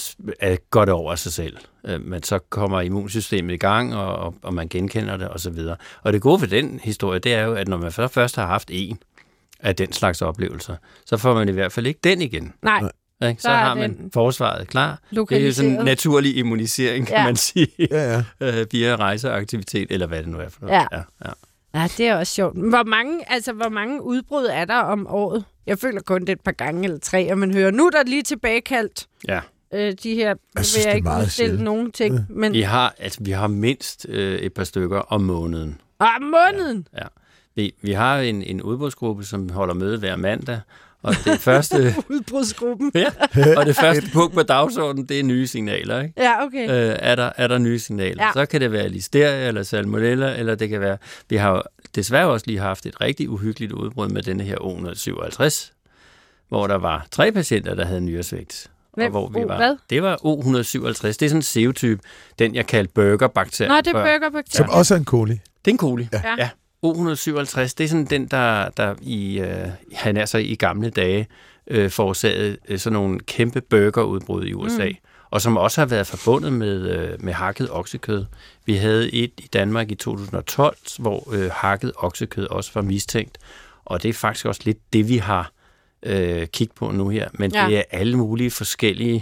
går det over sig selv. Men så kommer immunsystemet i gang, og, og man genkender det, og så videre. Og det gode ved den historie, det er jo, at når man først har haft en af den slags oplevelser, så får man i hvert fald ikke den igen. Nej. Så, så har man forsvaret klar. Det er jo sådan en naturlig immunisering, kan ja. man sige, ja, ja. via rejseaktivitet, eller hvad det nu er for noget. Ja. Ja, ja. Ja, det er også sjovt. Hvor mange, altså, hvor mange udbrud er der om året? Jeg føler kun det et par gange eller tre, og man hører, nu er der lige tilbagekaldt. Ja. Øh, de her, jeg synes, vil jeg ikke udstille nogen ting. Ja. Men... Vi, har, altså, vi har mindst øh, et par stykker om måneden. Om måneden? Ja. ja. Vi, vi har en, en udbrudsgruppe, som holder møde hver mandag, og det første... Udbrudsgruppen? Ja, og det første punkt på dagsordenen, det er nye signaler, ikke? Ja, okay. Øh, er, der, er der nye signaler? Ja. Så kan det være listeria eller salmonella, eller det kan være... Vi har jo desværre også lige haft et rigtig uhyggeligt udbrud med denne her O et hundrede syvoghalvtreds, hvor der var tre patienter, der havde nyresvigt. Hvem? Hvor vi O, var. hvad? Det var O et hundrede syvoghalvtreds. Det er sådan en serotype, den jeg kaldte burgerbakterien. Nå, det er burgerbakterien. Som også er en coli. Det er en coli, ja. ja. O et hundrede syvoghalvtreds, det er sådan den, der, der i, øh, han er så i gamle dage øh, forårsagede øh, sådan nogle kæmpe burgerudbrud i U S A, mm. og som også har været forbundet med, øh, med hakket oksekød. Vi havde et i Danmark i to tusind og tolv, hvor øh, hakket oksekød også var mistænkt, og det er faktisk også lidt det, vi har øh, kigget på nu her, men ja. det er alle mulige forskellige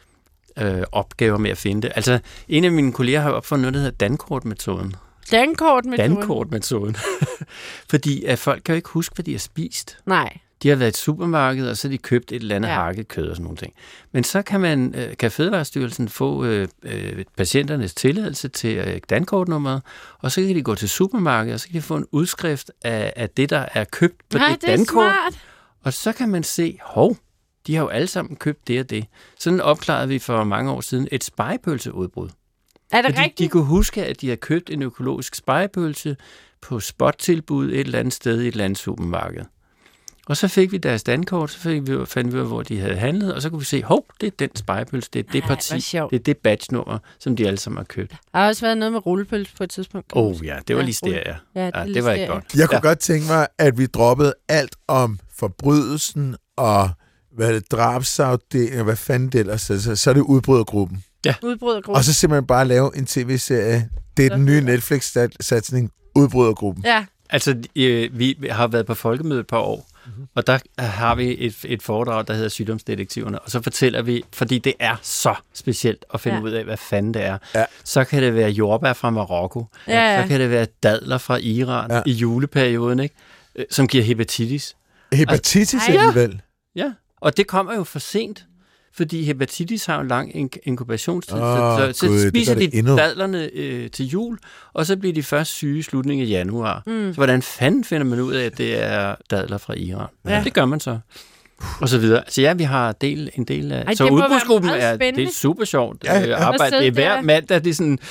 øh, opgaver med at finde det. Altså, en af mine kolleger har opfundet noget, der hedder Dankort-metoden. Dankortmetoden. Dankortmetoden. Fordi at folk kan jo ikke huske, hvad de har spist. Nej. De har været i et supermarked, og så har de købt et eller andet ja. hakket kød og sådan nogle ting. Men så kan man, kan Fødevarestyrelsen få øh, øh, patienternes tilladelse til øh, dankortnummeret, og så kan de gå til supermarkedet, og så kan de få en udskrift af, af det, der er købt på Nej, det, det dankort. Smart. Og så kan man se, hov, de har jo alle sammen købt det og det. Sådan opklarede vi for mange år siden et spegepølseudbrud. Er det Fordi rigtigt? de kunne huske, at de har købt en økologisk spegepølse på spottilbud et eller andet sted i et eller andet supermarked. Og så fik vi deres dankort, så fik vi, fandt vi ud af, hvor de havde handlet, og så kunne vi se, hov, det er den spegepølse, det er det parti, det er det badge-nummer, som de alle sammen har købt. Der har også været noget med rullepølse på et tidspunkt. Åh oh, ja, det var ja, listeria. Ja, det, ja, det var ikke godt. Jeg kunne ja. godt tænke mig, at vi droppede alt om forbrydelsen og hvad er det, drabsafdelingen, hvad fanden det ellers, så, så er det udbrydergruppen. Ja. Udbrydergruppen. Og så simpelthen bare lave en tv-serie. Det er den nye Netflix-satsning, Udbrydergruppen. Ja. Altså, øh, vi har været på folkemøde et par år, mm-hmm. og der har vi et, et foredrag, der hedder Sygdomsdetektiverne, og så fortæller vi, fordi det er så specielt at finde ja. ud af, hvad fanden det er. Ja. Så kan det være jordbær fra Marokko, ja, ja. så kan det være dadler fra Iran ja. i juleperioden, ikke? Som giver hepatitis. Hepatitis altså, alligevel? Ja, og det kommer jo for sent. Fordi hepatitis har en lang inkubationstid, oh, så, så, så spiser de endnu. dadlerne øh, til jul, og så bliver de først syge i slutningen af januar. Mm. Så hvordan fanden finder man ud af, at det er dadler fra Iran? Ja. Ja, det gør man så. Og så videre. Så ja, vi har del, en del af... Ej, så udbrudsgruppen er, det er super sjovt ja, ja. arbejde. Det er hver mandag, det er sådan,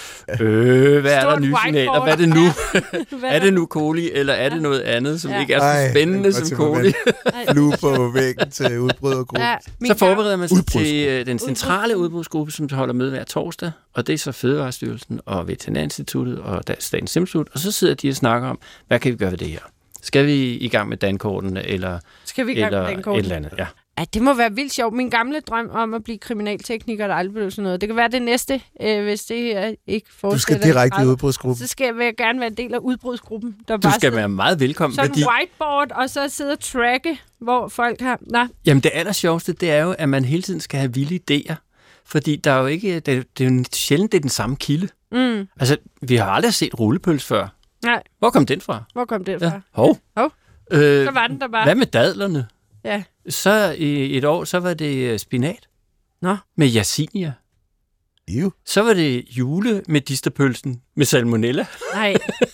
øh, hvad er der nye signaler? Hvad er det nu? Er det nu coli, eller er det noget andet, som ja. ikke er så Ej, spændende som coli? Flue på væggen til udbrydergruppen. Ja, så forbereder man sig til den centrale udbrudsgruppe, som holder møde hver torsdag, og det er så Fødevarestyrelsen og Veterinærinstituttet og Statens Serum Institut, og så sidder de og snakker om, hvad kan vi gøre ved det her? Skal vi i gang med dankortene, eller, Skal vi i gang eller med dankorten? et eller andet? Ja. Ja, det må være vildt sjovt. Min gamle drøm om at blive kriminaltekniker, der aldrig blev sådan noget. Det kan være det næste, øh, hvis det her ikke fortsætter. Du skal direkte i udbrudsgruppen. Så skal jeg, vil jeg gerne være en del af udbrudsgruppen. Der du bare skal være meget velkommen. Sådan fordi... en whiteboard, og så sidde og tracke, hvor folk har... Nå. Jamen det aller sjoveste, det er jo, at man hele tiden skal have vilde idéer. Fordi der er jo ikke... Det er, det er jo sjældent, det er den samme kilde. Mm. Altså, vi har aldrig set rullepøls før. Nej. Hvor kom den fra? Hvor kom den fra? Ja. Hov. Hov. Øh, så var den der bare. Hvad med dadlerne? Ja. Så i et år, så var det spinat. Nå. Med Yersinia. Jo. Så var det jule med medisterpølsen med salmonella. Nej.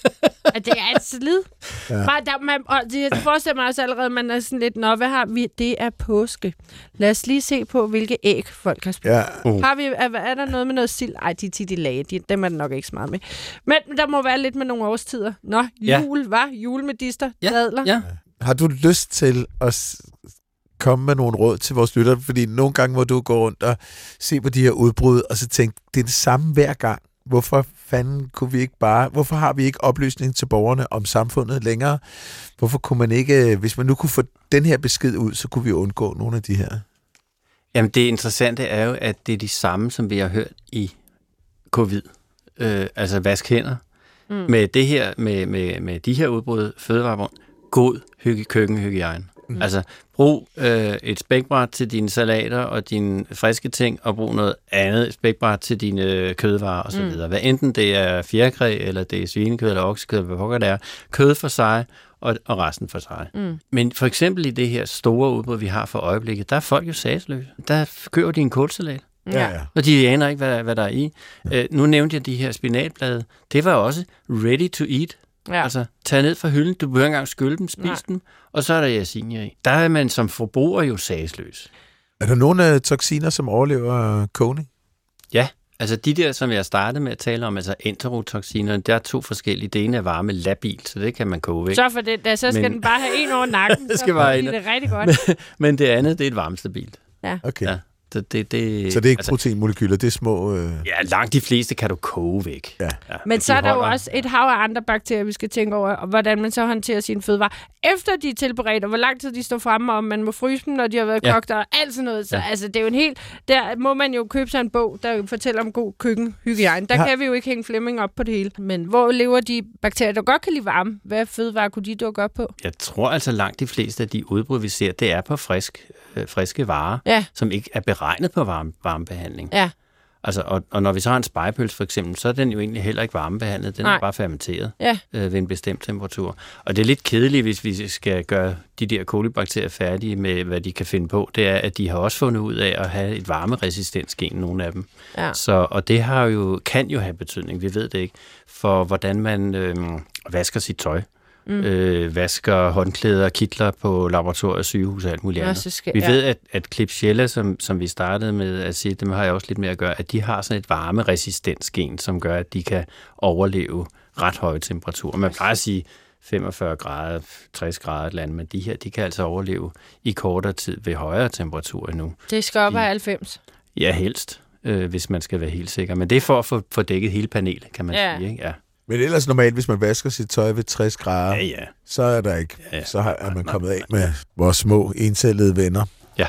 Det er et slid. Ja. Bare der, man, og det forestiller mig også allerede, man er sådan lidt, nå, hvad har vi? Det er påske. Lad os lige se på, hvilke æg folk har spist. Ja. Uh. Har vi, er, er der noget med noget sild? Ej, de tit i lage, de, dem er det nok ikke så meget med. Men der må være lidt med nogle årstider. Nå, jul, ja. Var jul med dister, ja. dadler. Ja. Har du lyst til at komme med nogle råd til vores lyttere? Fordi nogle gange må du gå rundt og se på de her udbrud, og så tænke, det er det samme hver gang. Hvorfor fanden kunne vi ikke bare... Hvorfor har vi ikke oplysning til borgerne om samfundet længere? Hvorfor kunne man ikke... Hvis man nu kunne få den her besked ud, så kunne vi undgå nogle af de her. Jamen, det interessante er jo, at det er de samme, som vi har hørt i covid. Øh, altså, vask hænder. Mm. Med det her, med, med, med de her udbrud, fødevarebrug, god hygge, køkkenhygiejne. Mm. Altså, brug øh, et spækbræt til dine salater og dine friske ting, og brug noget andet spækbræt til dine øh, kødvarer osv. Mm. Hvad enten det er fjerkræ, eller det er svinekød, eller oksekød, hvad pokker det er. Kød for sig, og, og resten for sig. Mm. Men for eksempel i det her store udbrud, vi har for øjeblikket, der er folk jo sagsløse. Der køber de en kålsalat. Ja, ja. Og de aner ikke, hvad, hvad der er i. Ja. Øh, nu nævnte jeg de her spinatblade. Det var også ready to eat. Ja. Altså, tag ned fra hylden, du behøver ikke engang skylle dem, spis Nej. dem, og så er der Yersinia i. Der er man som forbruger jo sagsløs. Er der nogle af toksiner, som overlever kogning? Ja, altså de der, som jeg startede med at tale om, altså enterotoxiner, der er to forskellige. Det ene er varme labil, så det kan man koge væk. Så for det, da, så skal men... den bare have en over nakken, det skal så bare det er rigtig godt. Men, men det andet, det er et varmestabilt. Ja. Okay. Ja. Så det, det, så det er ikke altså, proteinmolekyler, det er små... Øh... Ja, langt de fleste kan du koge væk. Ja. Ja, men så er der jo også et hav af andre bakterier, vi skal tænke over, og hvordan man så håndterer sine fødevarer, efter de er tilberedt, og hvor lang tid de står fremme, og man må fryse dem, når de har været ja. kogt, og alt sådan noget. Så ja. altså, det er jo en helt... Der må man jo købe sig en bog, der fortæller om god køkkenhygiejne. Der ja. kan vi jo ikke hænge Flemming op på det hele. Men hvor lever de bakterier, der godt kan lide varme? Hvad fødevarer kunne de dukke op på? Jeg tror altså langt de fleste af de udbrud, vi ser, det er på frisk, øh, friske varer, ja. som ikke er beregnet på varme, varmebehandling. Ja. Altså, og, og når vi så har en spegepølse for eksempel, så er den jo egentlig heller ikke varmebehandlet. Den Nej. er bare fermenteret ja. øh, ved en bestemt temperatur. Og det er lidt kedeligt, hvis vi skal gøre de der kolibakterier færdige med, hvad de kan finde på. Det er, at de har også fundet ud af at have et varmeresistensgen, nogle af dem. Ja. Så, og det har jo, kan jo have betydning, vi ved det ikke, for hvordan man øh, vasker sit tøj. Mm. Øh, vasker håndklæder, kitler på laboratorier, sygehus og alt muligt andet. Ja, skal, vi ja. ved, at, at Klebsiella, som, som vi startede med at sige, dem har jeg også lidt mere at gøre, at de har sådan et varmeresistensgen, som gør, at de kan overleve ret høje temperaturer. Man plejer at sige femogfyrre grader, tres grader et eller andet, men de her, de kan altså overleve i kortere tid ved højere temperaturer endnu. Det skal op af halvfems? Ja, helst, øh, hvis man skal være helt sikker. Men det er for at få, få dækket hele panelet, kan man ja. sige. Ikke? Ja. Men ellers normalt, hvis man vasker sit tøj ved tres grader, ja, ja. så er der ikke. Ja, ja. Så har, er man kommet af med vores små encellede venner. Ja.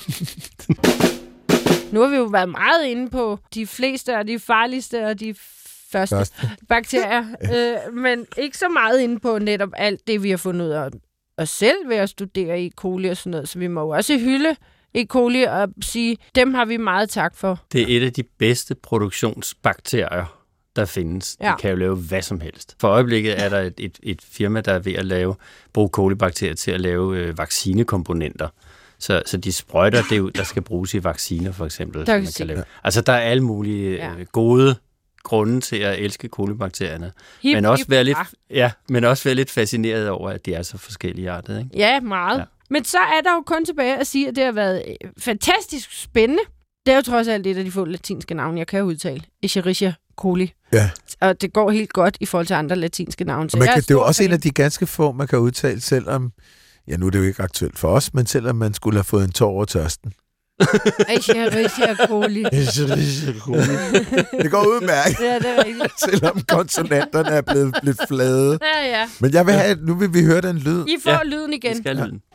Nu har vi jo været meget inde på de fleste og de farligste og de første, første. bakterier, øh, men ikke så meget inde på netop alt det, vi har fundet ud af os selv ved at studere E. coli og sådan noget. Så vi må jo også hylde E. coli og sige, dem har vi meget tak for. Det er et af de bedste produktionsbakterier, der findes. Ja. De kan jo lave hvad som helst. For øjeblikket er der et, et, et firma, der er ved at lave, bruge kolibakterier til at lave øh, vaccinekomponenter. Så, så de sprøjter det ud, der skal bruges i vacciner, for eksempel. Der man kan lave. Altså, der er alle mulige ja. øh, gode grunde til at elske kolibakterierne. Hip, men, også hip, være lidt, ja, men også være lidt fascineret over, at de er så forskellige arter. Ikke? Ja, meget. Ja. Men så er der jo kun tilbage at sige, at det har været fantastisk spændende. Det er jo trods alt et af de få latinske navne, jeg kan udtale. Escherichia coli. Ja. Og det går helt godt i forhold til andre latinske navne. Og man kan, det er jo også en af de ganske få, man kan udtale, selvom, ja nu er det jo ikke aktuelt for os, men selvom man skulle have fået en tår over tørsten. Escherichia coli. Escherichia coli. Det går udmærket. Ja, det er rigtigt. Selvom konsonanterne er blevet lidt flade. Ja, ja. Men jeg vil have, nu vil vi høre den lyd. I får ja, lyden igen. Vi skal have lyden.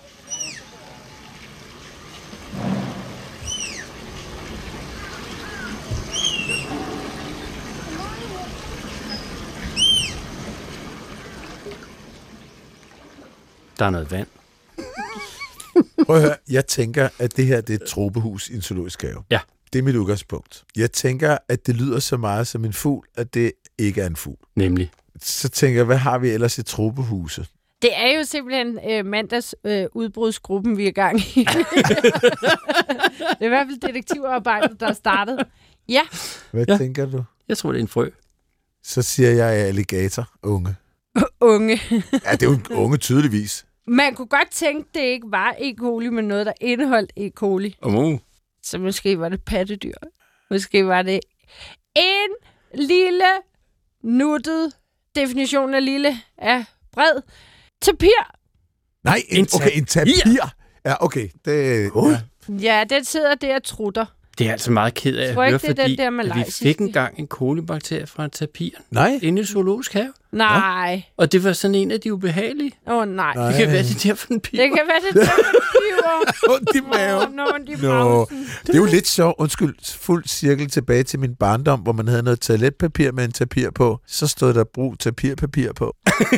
Der er noget vand. Prøv at høre, jeg tænker, at det her det er et tropehus i en zoologisk have. Ja. Det er mit udgangspunkt. Jeg tænker, at det lyder så meget som en fugl, at det ikke er en fugl. Nemlig. så tænker jeg, hvad har vi ellers i tropehuset? Det er jo simpelthen øh, mandags øh, udbrudsgruppen, vi er i gang i. Det er i hvert fald detektivarbejdet, der er startet. Ja. Hvad ja. tænker du? Jeg tror, det er en frø. Så siger jeg alligator, unge. Unge. Ja, det er jo en unge tydeligvis. Man kunne godt tænke, det ikke var E. coli, men noget, der indeholdt E. coli. Oh. Så måske var det pattedyr. Måske var det en lille, nuttet definition af lille er bred. Tapir. Nej, en, okay, en tapir. Ja, okay. Det, uh. ja. ja, den sidder der og trutter. Det er altså meget ked af at høre, fordi at vi fik engang en kolibakterie fra en tapir. Nej. Inde i zoologisk have. Nej. Ja. Og det var sådan en af de ubehagelige. Åh, oh, nej. nej. Det kan være det der for en piver. Det kan være det der for en piver. Ondt i maven. Nå, ondt i maven. Det er jo lidt sjovt. Undskyld, fuld cirkel tilbage til min barndom, hvor man havde noget toiletpapir med en tapir på. Så stod der brug tapirpapir på.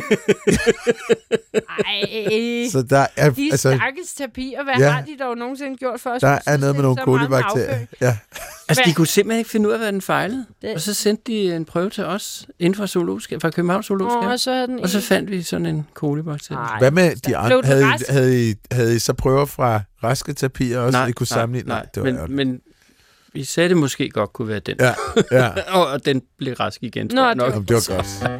Ej. Så der er, de altså, stakkels tapirer, hvad ja, har de dog nogensinde gjort for os? Der er noget med nogle kolibakterier. Ja. Altså, de kunne simpelthen ikke finde ud af, hvad den fejlede. Det. Og så sendte de en prøve til os inden for zoologisk, fra Københavns Zoologisk oh, og, så og så fandt vi sådan en kolibakterie. Hvad med de andre? Havde, havde, I, havde I så prøver fra raske tapirer også, nej, I kunne sammenligne? Nej, nej. Men, men vi sagde, det måske godt kunne være den. Ja, ja. og den blev rask igen, tror Nå, jeg nok. Jamen, det var godt.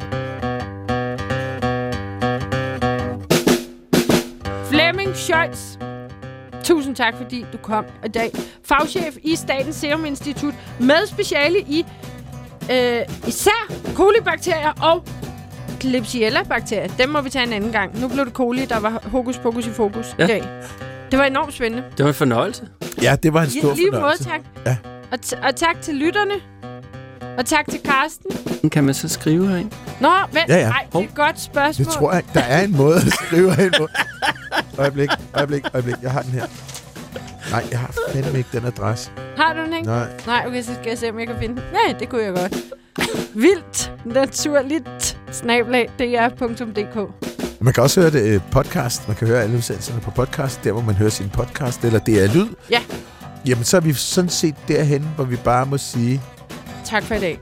Flemming Scholz, tusind tak, fordi du kom i dag. Fagchef i Statens Serum Institut med speciale i øh, især kolibakterier og Klebsiella-bakterier. Dem må vi tage en anden gang. Nu blev det coli, der var hokus pokus i fokus ja. i dag. Det var enormt spændende. Det var en fornøjelse. Ja, det var en stor ja, lige fornøjelse. Måde, tak. Ja. Og, t- og tak til lytterne. Og tak til Karsten. Kan man så skrive herind? Nå, men ja, ja. Nej, det er et godt spørgsmål. Det tror jeg, der er en måde at skrive herind på. Øjeblik, øjeblik, øjeblik. Jeg har den her. Nej, jeg har fandme ikke den adresse. Har du den ikke? Nej. Nej, okay, så skal jeg se, om jeg kan finde den. Nej, det kunne jeg godt. Vildt, naturligt, snablag, d r punktum d k. Man kan også høre det podcast. Man kan høre alle udsendelserne på podcast, der hvor man hører sin podcast, eller D R Lyd. Ja. Jamen, så er vi sådan set derhen, hvor vi bare må sige... Tak for i dag.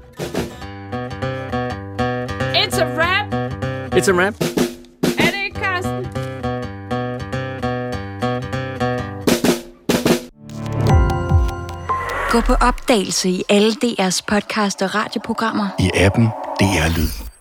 It's a wrap! It's a wrap. Er det ikke, Karsten? Gå på opdagelse i alle D R's podcast og radioprogrammer. I appen D R Lyd.